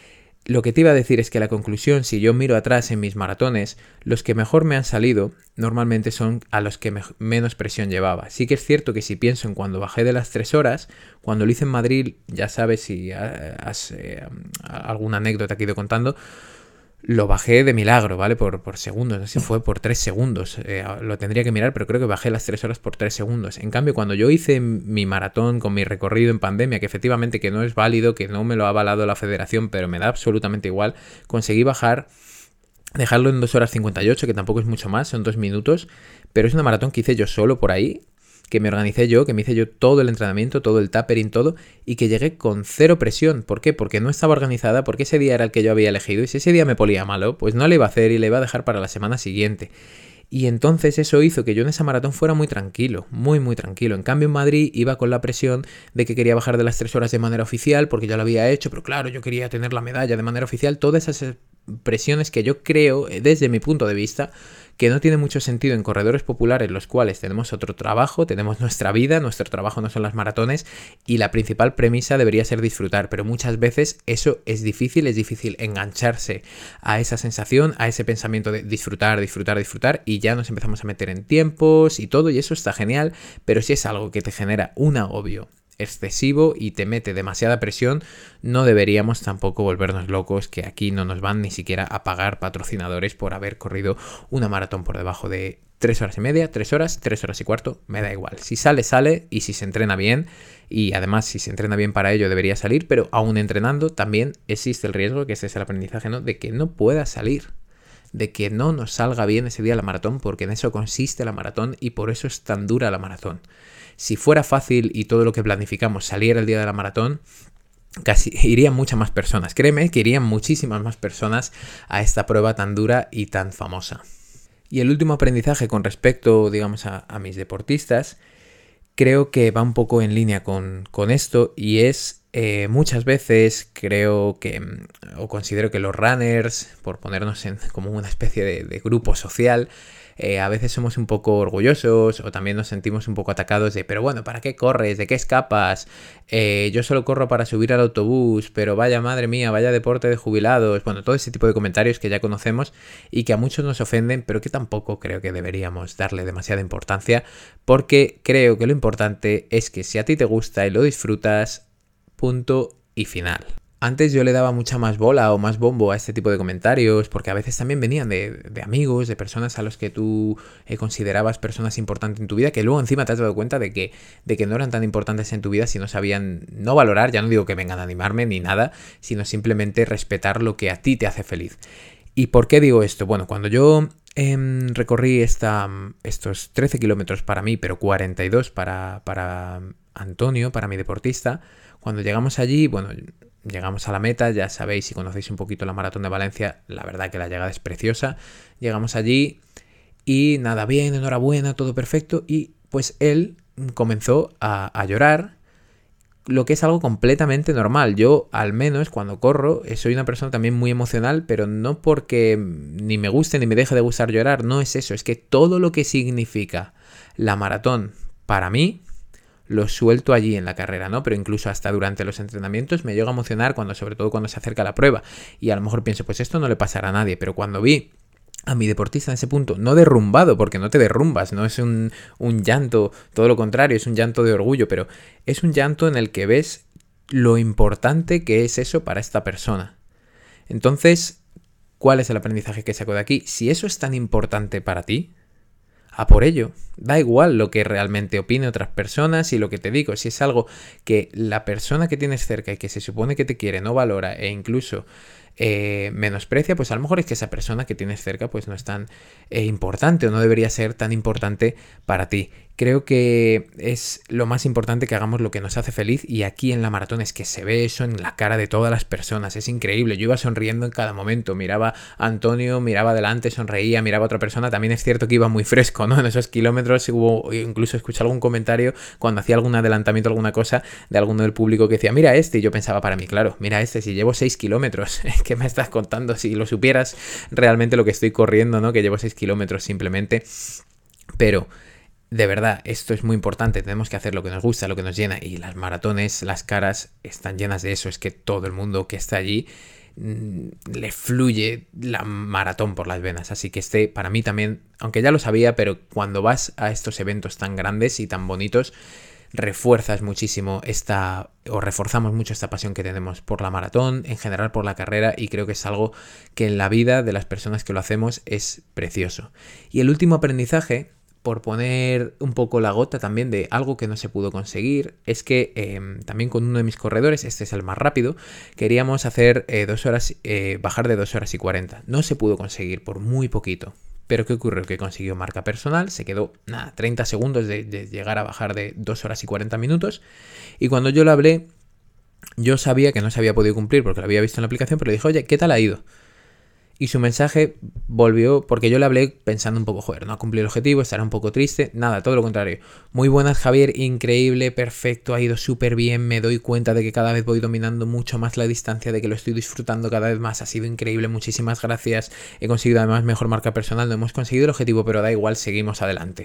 Lo que te iba a decir es que la conclusión, si yo miro atrás en mis maratones, los que mejor me han salido normalmente son a los que menos presión llevaba. Sí que es cierto que si pienso en cuando bajé de las 3 horas, cuando lo hice en Madrid, ya sabes si has alguna anécdota que he ido contando, lo bajé de milagro, ¿vale? Por segundos, no sé si fue por 3 segundos. Lo tendría que mirar, pero creo que bajé las 3 horas por 3 segundos. En cambio, cuando yo hice mi maratón con mi recorrido en pandemia, que efectivamente que no es válido, que no me lo ha avalado la federación, pero me da absolutamente igual, conseguí dejarlo en 2 horas 58, que tampoco es mucho más, son 2 minutos, pero es una maratón que hice yo solo por ahí, que me organicé yo, que me hice yo todo el entrenamiento, todo el tapering, todo, y que llegué con cero presión. ¿Por qué? Porque no estaba organizada, porque ese día era el que yo había elegido, y si ese día me ponía malo, pues no le iba a hacer y le iba a dejar para la semana siguiente. Y entonces eso hizo que yo en esa maratón fuera muy tranquilo, muy muy tranquilo. En cambio en Madrid iba con la presión de que quería bajar de las 3 horas de manera oficial, porque ya lo había hecho, pero claro, yo quería tener la medalla de manera oficial. Todas esas presiones que yo creo, desde mi punto de vista, que no tiene mucho sentido en corredores populares, los cuales tenemos otro trabajo, tenemos nuestra vida, nuestro trabajo no son las maratones, y la principal premisa debería ser disfrutar, pero muchas veces eso es difícil engancharse a esa sensación, a ese pensamiento de disfrutar, disfrutar, disfrutar, y ya nos empezamos a meter en tiempos y todo, y eso está genial, pero si es algo que te genera un agobio excesivo y te mete demasiada presión, no deberíamos tampoco volvernos locos, que aquí no nos van ni siquiera a pagar patrocinadores por haber corrido una maratón por debajo de 3 horas y media, 3 horas, 3 horas y cuarto, me da igual. Si sale, sale, y si se entrena bien, y además si se entrena bien para ello debería salir, pero aún entrenando también existe el riesgo, que ese es el aprendizaje, ¿no?, de que no pueda salir, de que no nos salga bien ese día la maratón, porque en eso consiste la maratón y por eso es tan dura la maratón. Si fuera fácil y todo lo que planificamos saliera el día de la maratón, casi irían muchas más personas. Créeme que irían muchísimas más personas a esta prueba tan dura y tan famosa. Y el último aprendizaje con respecto, digamos, a mis deportistas, creo que va un poco en línea con esto, y es muchas veces creo que, o considero que los runners, por ponernos en como una especie de grupo social, a veces somos un poco orgullosos o también nos sentimos un poco atacados de, pero bueno, ¿para qué corres? ¿De qué escapas? Yo solo corro para subir al autobús, pero vaya, madre mía, vaya deporte de jubilados. Bueno, todo ese tipo de comentarios que ya conocemos y que a muchos nos ofenden, pero que tampoco creo que deberíamos darle demasiada importancia, porque creo que lo importante es que si a ti te gusta y lo disfrutas, punto y final. Antes yo le daba mucha más bola o más bombo a este tipo de comentarios, porque a veces también venían de amigos, de personas a los que tú considerabas personas importantes en tu vida, que luego encima te has dado cuenta de que no eran tan importantes en tu vida si no sabían no valorar, ya no digo que vengan a animarme ni nada, sino simplemente respetar lo que a ti te hace feliz. ¿Y por qué digo esto? Bueno, cuando yo recorrí estos 13 kilómetros para mí, pero 42 para Antonio, para mi deportista, cuando llegamos allí, bueno, llegamos a la meta, ya sabéis, si conocéis un poquito la Maratón de Valencia, la verdad que la llegada es preciosa. Llegamos allí y nada, bien, enhorabuena, todo perfecto, y pues él comenzó a llorar, lo que es algo completamente normal. Yo, al menos, cuando corro, soy una persona también muy emocional, pero no porque ni me guste ni me deje de gustar llorar, no es eso, es que todo lo que significa la maratón para mí lo suelto allí en la carrera, ¿no? Pero incluso hasta durante los entrenamientos me llego a emocionar, sobre todo cuando se acerca la prueba, y a lo mejor pienso, pues esto no le pasará a nadie, pero cuando vi a mi deportista en ese punto, no derrumbado, porque no te derrumbas, no es un llanto, todo lo contrario, es un llanto de orgullo, pero es un llanto en el que ves lo importante que es eso para esta persona. Entonces, ¿cuál es el aprendizaje que saco de aquí? Si eso es tan importante para ti, a por ello. Da igual lo que realmente opine otras personas, y lo que te digo, si es algo que la persona que tienes cerca y que se supone que te quiere no valora e incluso menosprecia, pues a lo mejor es que esa persona que tienes cerca pues no es tan importante o no debería ser tan importante para ti. Creo que es lo más importante que hagamos lo que nos hace feliz, y aquí en la maratón es que se ve eso en la cara de todas las personas, es increíble. Yo iba sonriendo en cada momento, miraba a Antonio, miraba adelante, sonreía, miraba a otra persona. También es cierto que iba muy fresco, ¿no? En esos kilómetros incluso escuché algún comentario cuando hacía algún adelantamiento, alguna cosa de alguno del público que decía, mira este, y yo pensaba para mí, claro, mira este, si llevo 6 kilómetros, ¿qué me estás contando? Si lo supieras realmente lo que estoy corriendo, ¿no? Que llevo 6 kilómetros simplemente, pero de verdad, esto es muy importante, tenemos que hacer lo que nos gusta, lo que nos llena, y las maratones, las caras están llenas de eso, es que todo el mundo que está allí le fluye la maratón por las venas. Así que para mí también, aunque ya lo sabía, pero cuando vas a estos eventos tan grandes y tan bonitos, reforzamos mucho esta pasión que tenemos por la maratón, en general por la carrera, y creo que es algo que en la vida de las personas que lo hacemos es precioso. Y el último aprendizaje, por poner un poco la gota también de algo que no se pudo conseguir, es que también con uno de mis corredores, este es el más rápido, queríamos hacer 2 horas, bajar de 2 horas y 40. No se pudo conseguir por muy poquito. Pero ¿qué ocurrió? Que consiguió marca personal, se quedó 30 segundos de llegar a bajar de 2 horas y 40 minutos. Y cuando yo le hablé, yo sabía que no se había podido cumplir porque lo había visto en la aplicación, pero le dije, oye, ¿qué tal ha ido? Y su mensaje volvió, porque yo le hablé pensando un poco, joder, no ha cumplido el objetivo, estará un poco triste. Nada, todo lo contrario. Muy buenas, Javier, increíble, perfecto, ha ido súper bien, me doy cuenta de que cada vez voy dominando mucho más la distancia, de que lo estoy disfrutando cada vez más, ha sido increíble, muchísimas gracias. He conseguido además mejor marca personal, no hemos conseguido el objetivo, pero da igual, seguimos adelante.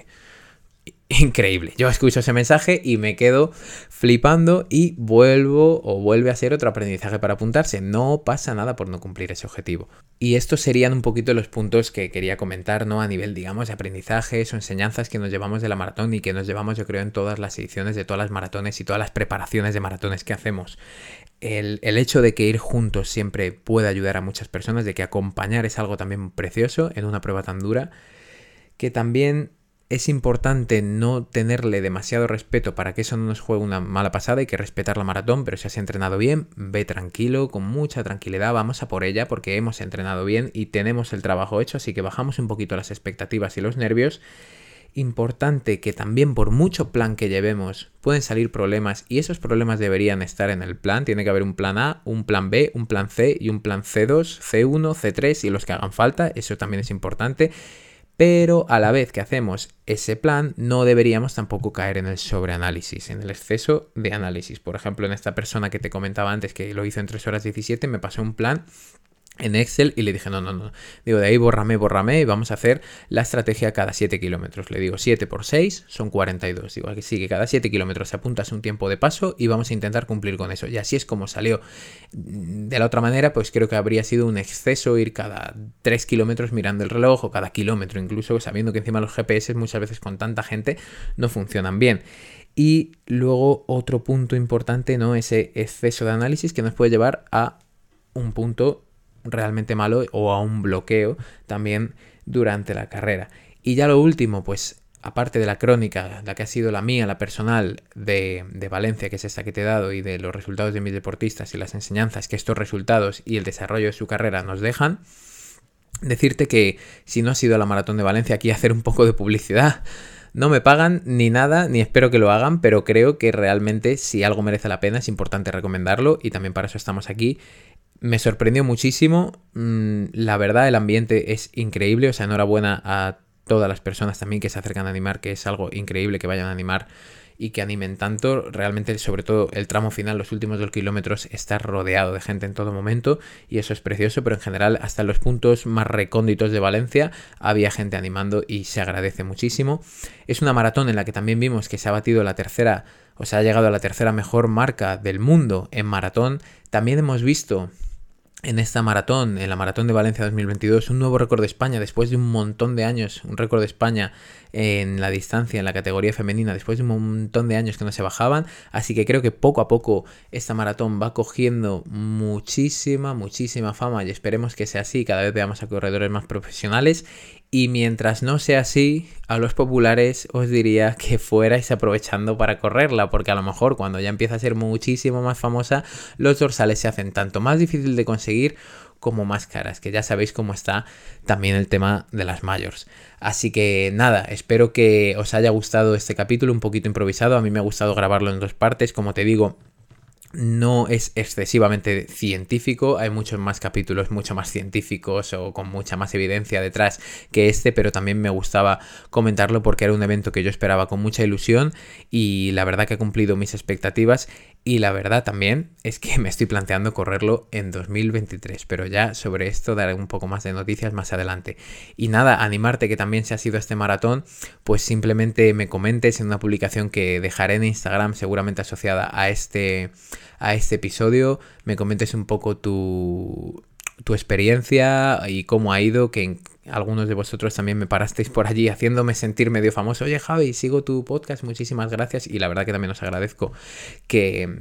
Increíble. Yo escucho ese mensaje y me quedo flipando y vuelve a ser otro aprendizaje para apuntarse. No pasa nada por no cumplir ese objetivo. Y estos serían un poquito los puntos que quería comentar, ¿no? A nivel, digamos, de aprendizajes o enseñanzas que nos llevamos de la maratón y que nos llevamos, yo creo, en todas las ediciones de todas las maratones y todas las preparaciones de maratones que hacemos. El hecho de que ir juntos siempre puede ayudar a muchas personas, de que acompañar es algo también precioso en una prueba tan dura, que también es importante no tenerle demasiado respeto para que eso no nos juegue una mala pasada. Hay que respetar la maratón, pero si has entrenado bien, ve tranquilo, con mucha tranquilidad, vamos a por ella porque hemos entrenado bien y tenemos el trabajo hecho, así que bajamos un poquito las expectativas y los nervios. Importante que también por mucho plan que llevemos pueden salir problemas y esos problemas deberían estar en el plan. Tiene que haber un plan A, un plan B, un plan C y un plan C2, C1, C3 y los que hagan falta. Eso también es importante. Pero a la vez que hacemos ese plan, no deberíamos tampoco caer en el sobreanálisis, en el exceso de análisis. Por ejemplo, en esta persona que te comentaba antes que lo hizo en 3 horas 17, me pasó un plan en Excel y le dije, no. Digo, de ahí bórrame y vamos a hacer la estrategia cada 7 kilómetros. Le digo, 7 por 6 son 42. Digo, que sí, que cada 7 kilómetros apuntas un tiempo de paso y vamos a intentar cumplir con eso. Y así es como salió. De la otra manera, pues creo que habría sido un exceso ir cada 3 kilómetros mirando el reloj o cada kilómetro, incluso sabiendo que encima los GPS muchas veces con tanta gente no funcionan bien. Y luego otro punto importante, ¿no? Ese exceso de análisis que nos puede llevar a un punto realmente malo o a un bloqueo también durante la carrera. Y ya lo último, pues aparte de la crónica, la que ha sido la mía, la personal de Valencia, que es esta que te he dado, y de los resultados de mis deportistas y las enseñanzas que estos resultados y el desarrollo de su carrera nos dejan, decirte que si no has ido a la Maratón de Valencia, aquí hacer un poco de publicidad. No me pagan ni nada, ni espero que lo hagan, pero creo que realmente si algo merece la pena es importante recomendarlo y también para eso estamos aquí. Me sorprendió muchísimo, la verdad el ambiente es increíble, o sea, enhorabuena a todas las personas también que se acercan a animar, que es algo increíble que vayan a animar y que animen tanto. Realmente, sobre todo el tramo final, los últimos 2 kilómetros, está rodeado de gente en todo momento y eso es precioso, pero en general hasta en los puntos más recónditos de Valencia había gente animando y se agradece muchísimo. Es una maratón en la que también vimos que se ha batido la tercera, o sea, ha llegado a la tercera mejor marca del mundo en maratón. También hemos visto en esta maratón, en la Maratón de Valencia 2022, un nuevo récord de España después de un montón de años, un récord de España en la distancia, en la categoría femenina, después de un montón de años que no se bajaban, así que creo que poco a poco esta maratón va cogiendo muchísima fama y esperemos que sea así, cada vez veamos a corredores más profesionales. Y mientras no sea así, a los populares os diría que fuerais aprovechando para correrla, porque a lo mejor cuando ya empieza a ser muchísimo más famosa, los dorsales se hacen tanto más difícil de conseguir como más caras, que ya sabéis cómo está también el tema de las majors. Así que nada, espero que os haya gustado este capítulo un poquito improvisado. A mí me ha gustado grabarlo en 2 partes, como te digo. No es excesivamente científico, hay muchos más capítulos mucho más científicos o con mucha más evidencia detrás que este, pero también me gustaba comentarlo porque era un evento que yo esperaba con mucha ilusión y la verdad que ha cumplido mis expectativas Y la verdad también es que me estoy planteando correrlo en 2023, pero ya sobre esto daré un poco más de noticias más adelante. Y nada, animarte que también si has ido a este maratón, pues simplemente me comentes en una publicación que dejaré en Instagram, seguramente asociada a este episodio, me comentes un poco tu experiencia y cómo ha ido, que algunos de vosotros también me parasteis por allí haciéndome sentir medio famoso. Oye, Javi, sigo tu podcast, muchísimas gracias. Y la verdad que también os agradezco que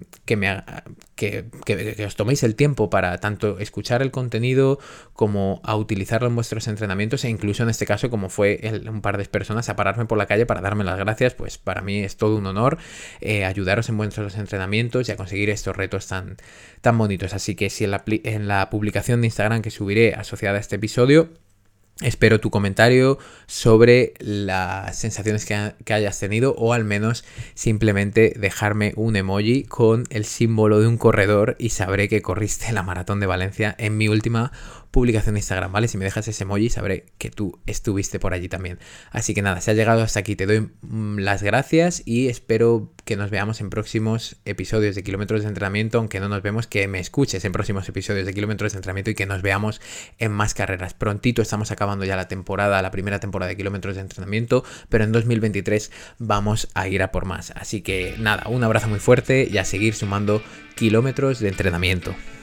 os toméis el tiempo para tanto escuchar el contenido como a utilizarlo en vuestros entrenamientos, e incluso en este caso, como fue un par de personas a pararme por la calle para darme las gracias. Pues para mí es todo un honor ayudaros en vuestros entrenamientos y a conseguir estos retos tan bonitos. Así que si en la publicación de Instagram que subiré asociada a este episodio, espero tu comentario sobre las sensaciones que hayas tenido, o al menos simplemente dejarme un emoji con el símbolo de un corredor y sabré que corriste la Maratón de Valencia en mi última publicación de Instagram, ¿vale? Si me dejas ese emoji sabré que tú estuviste por allí también. Así que nada, si has llegado hasta aquí te doy las gracias y espero que nos veamos en próximos episodios de Kilómetros de Entrenamiento, aunque no nos vemos, que me escuches en próximos episodios de Kilómetros de Entrenamiento y que nos veamos en más carreras. Prontito estamos acabando ya la primera temporada de Kilómetros de Entrenamiento, pero en 2023 vamos a ir a por más. Así que nada, un abrazo muy fuerte y a seguir sumando kilómetros de entrenamiento.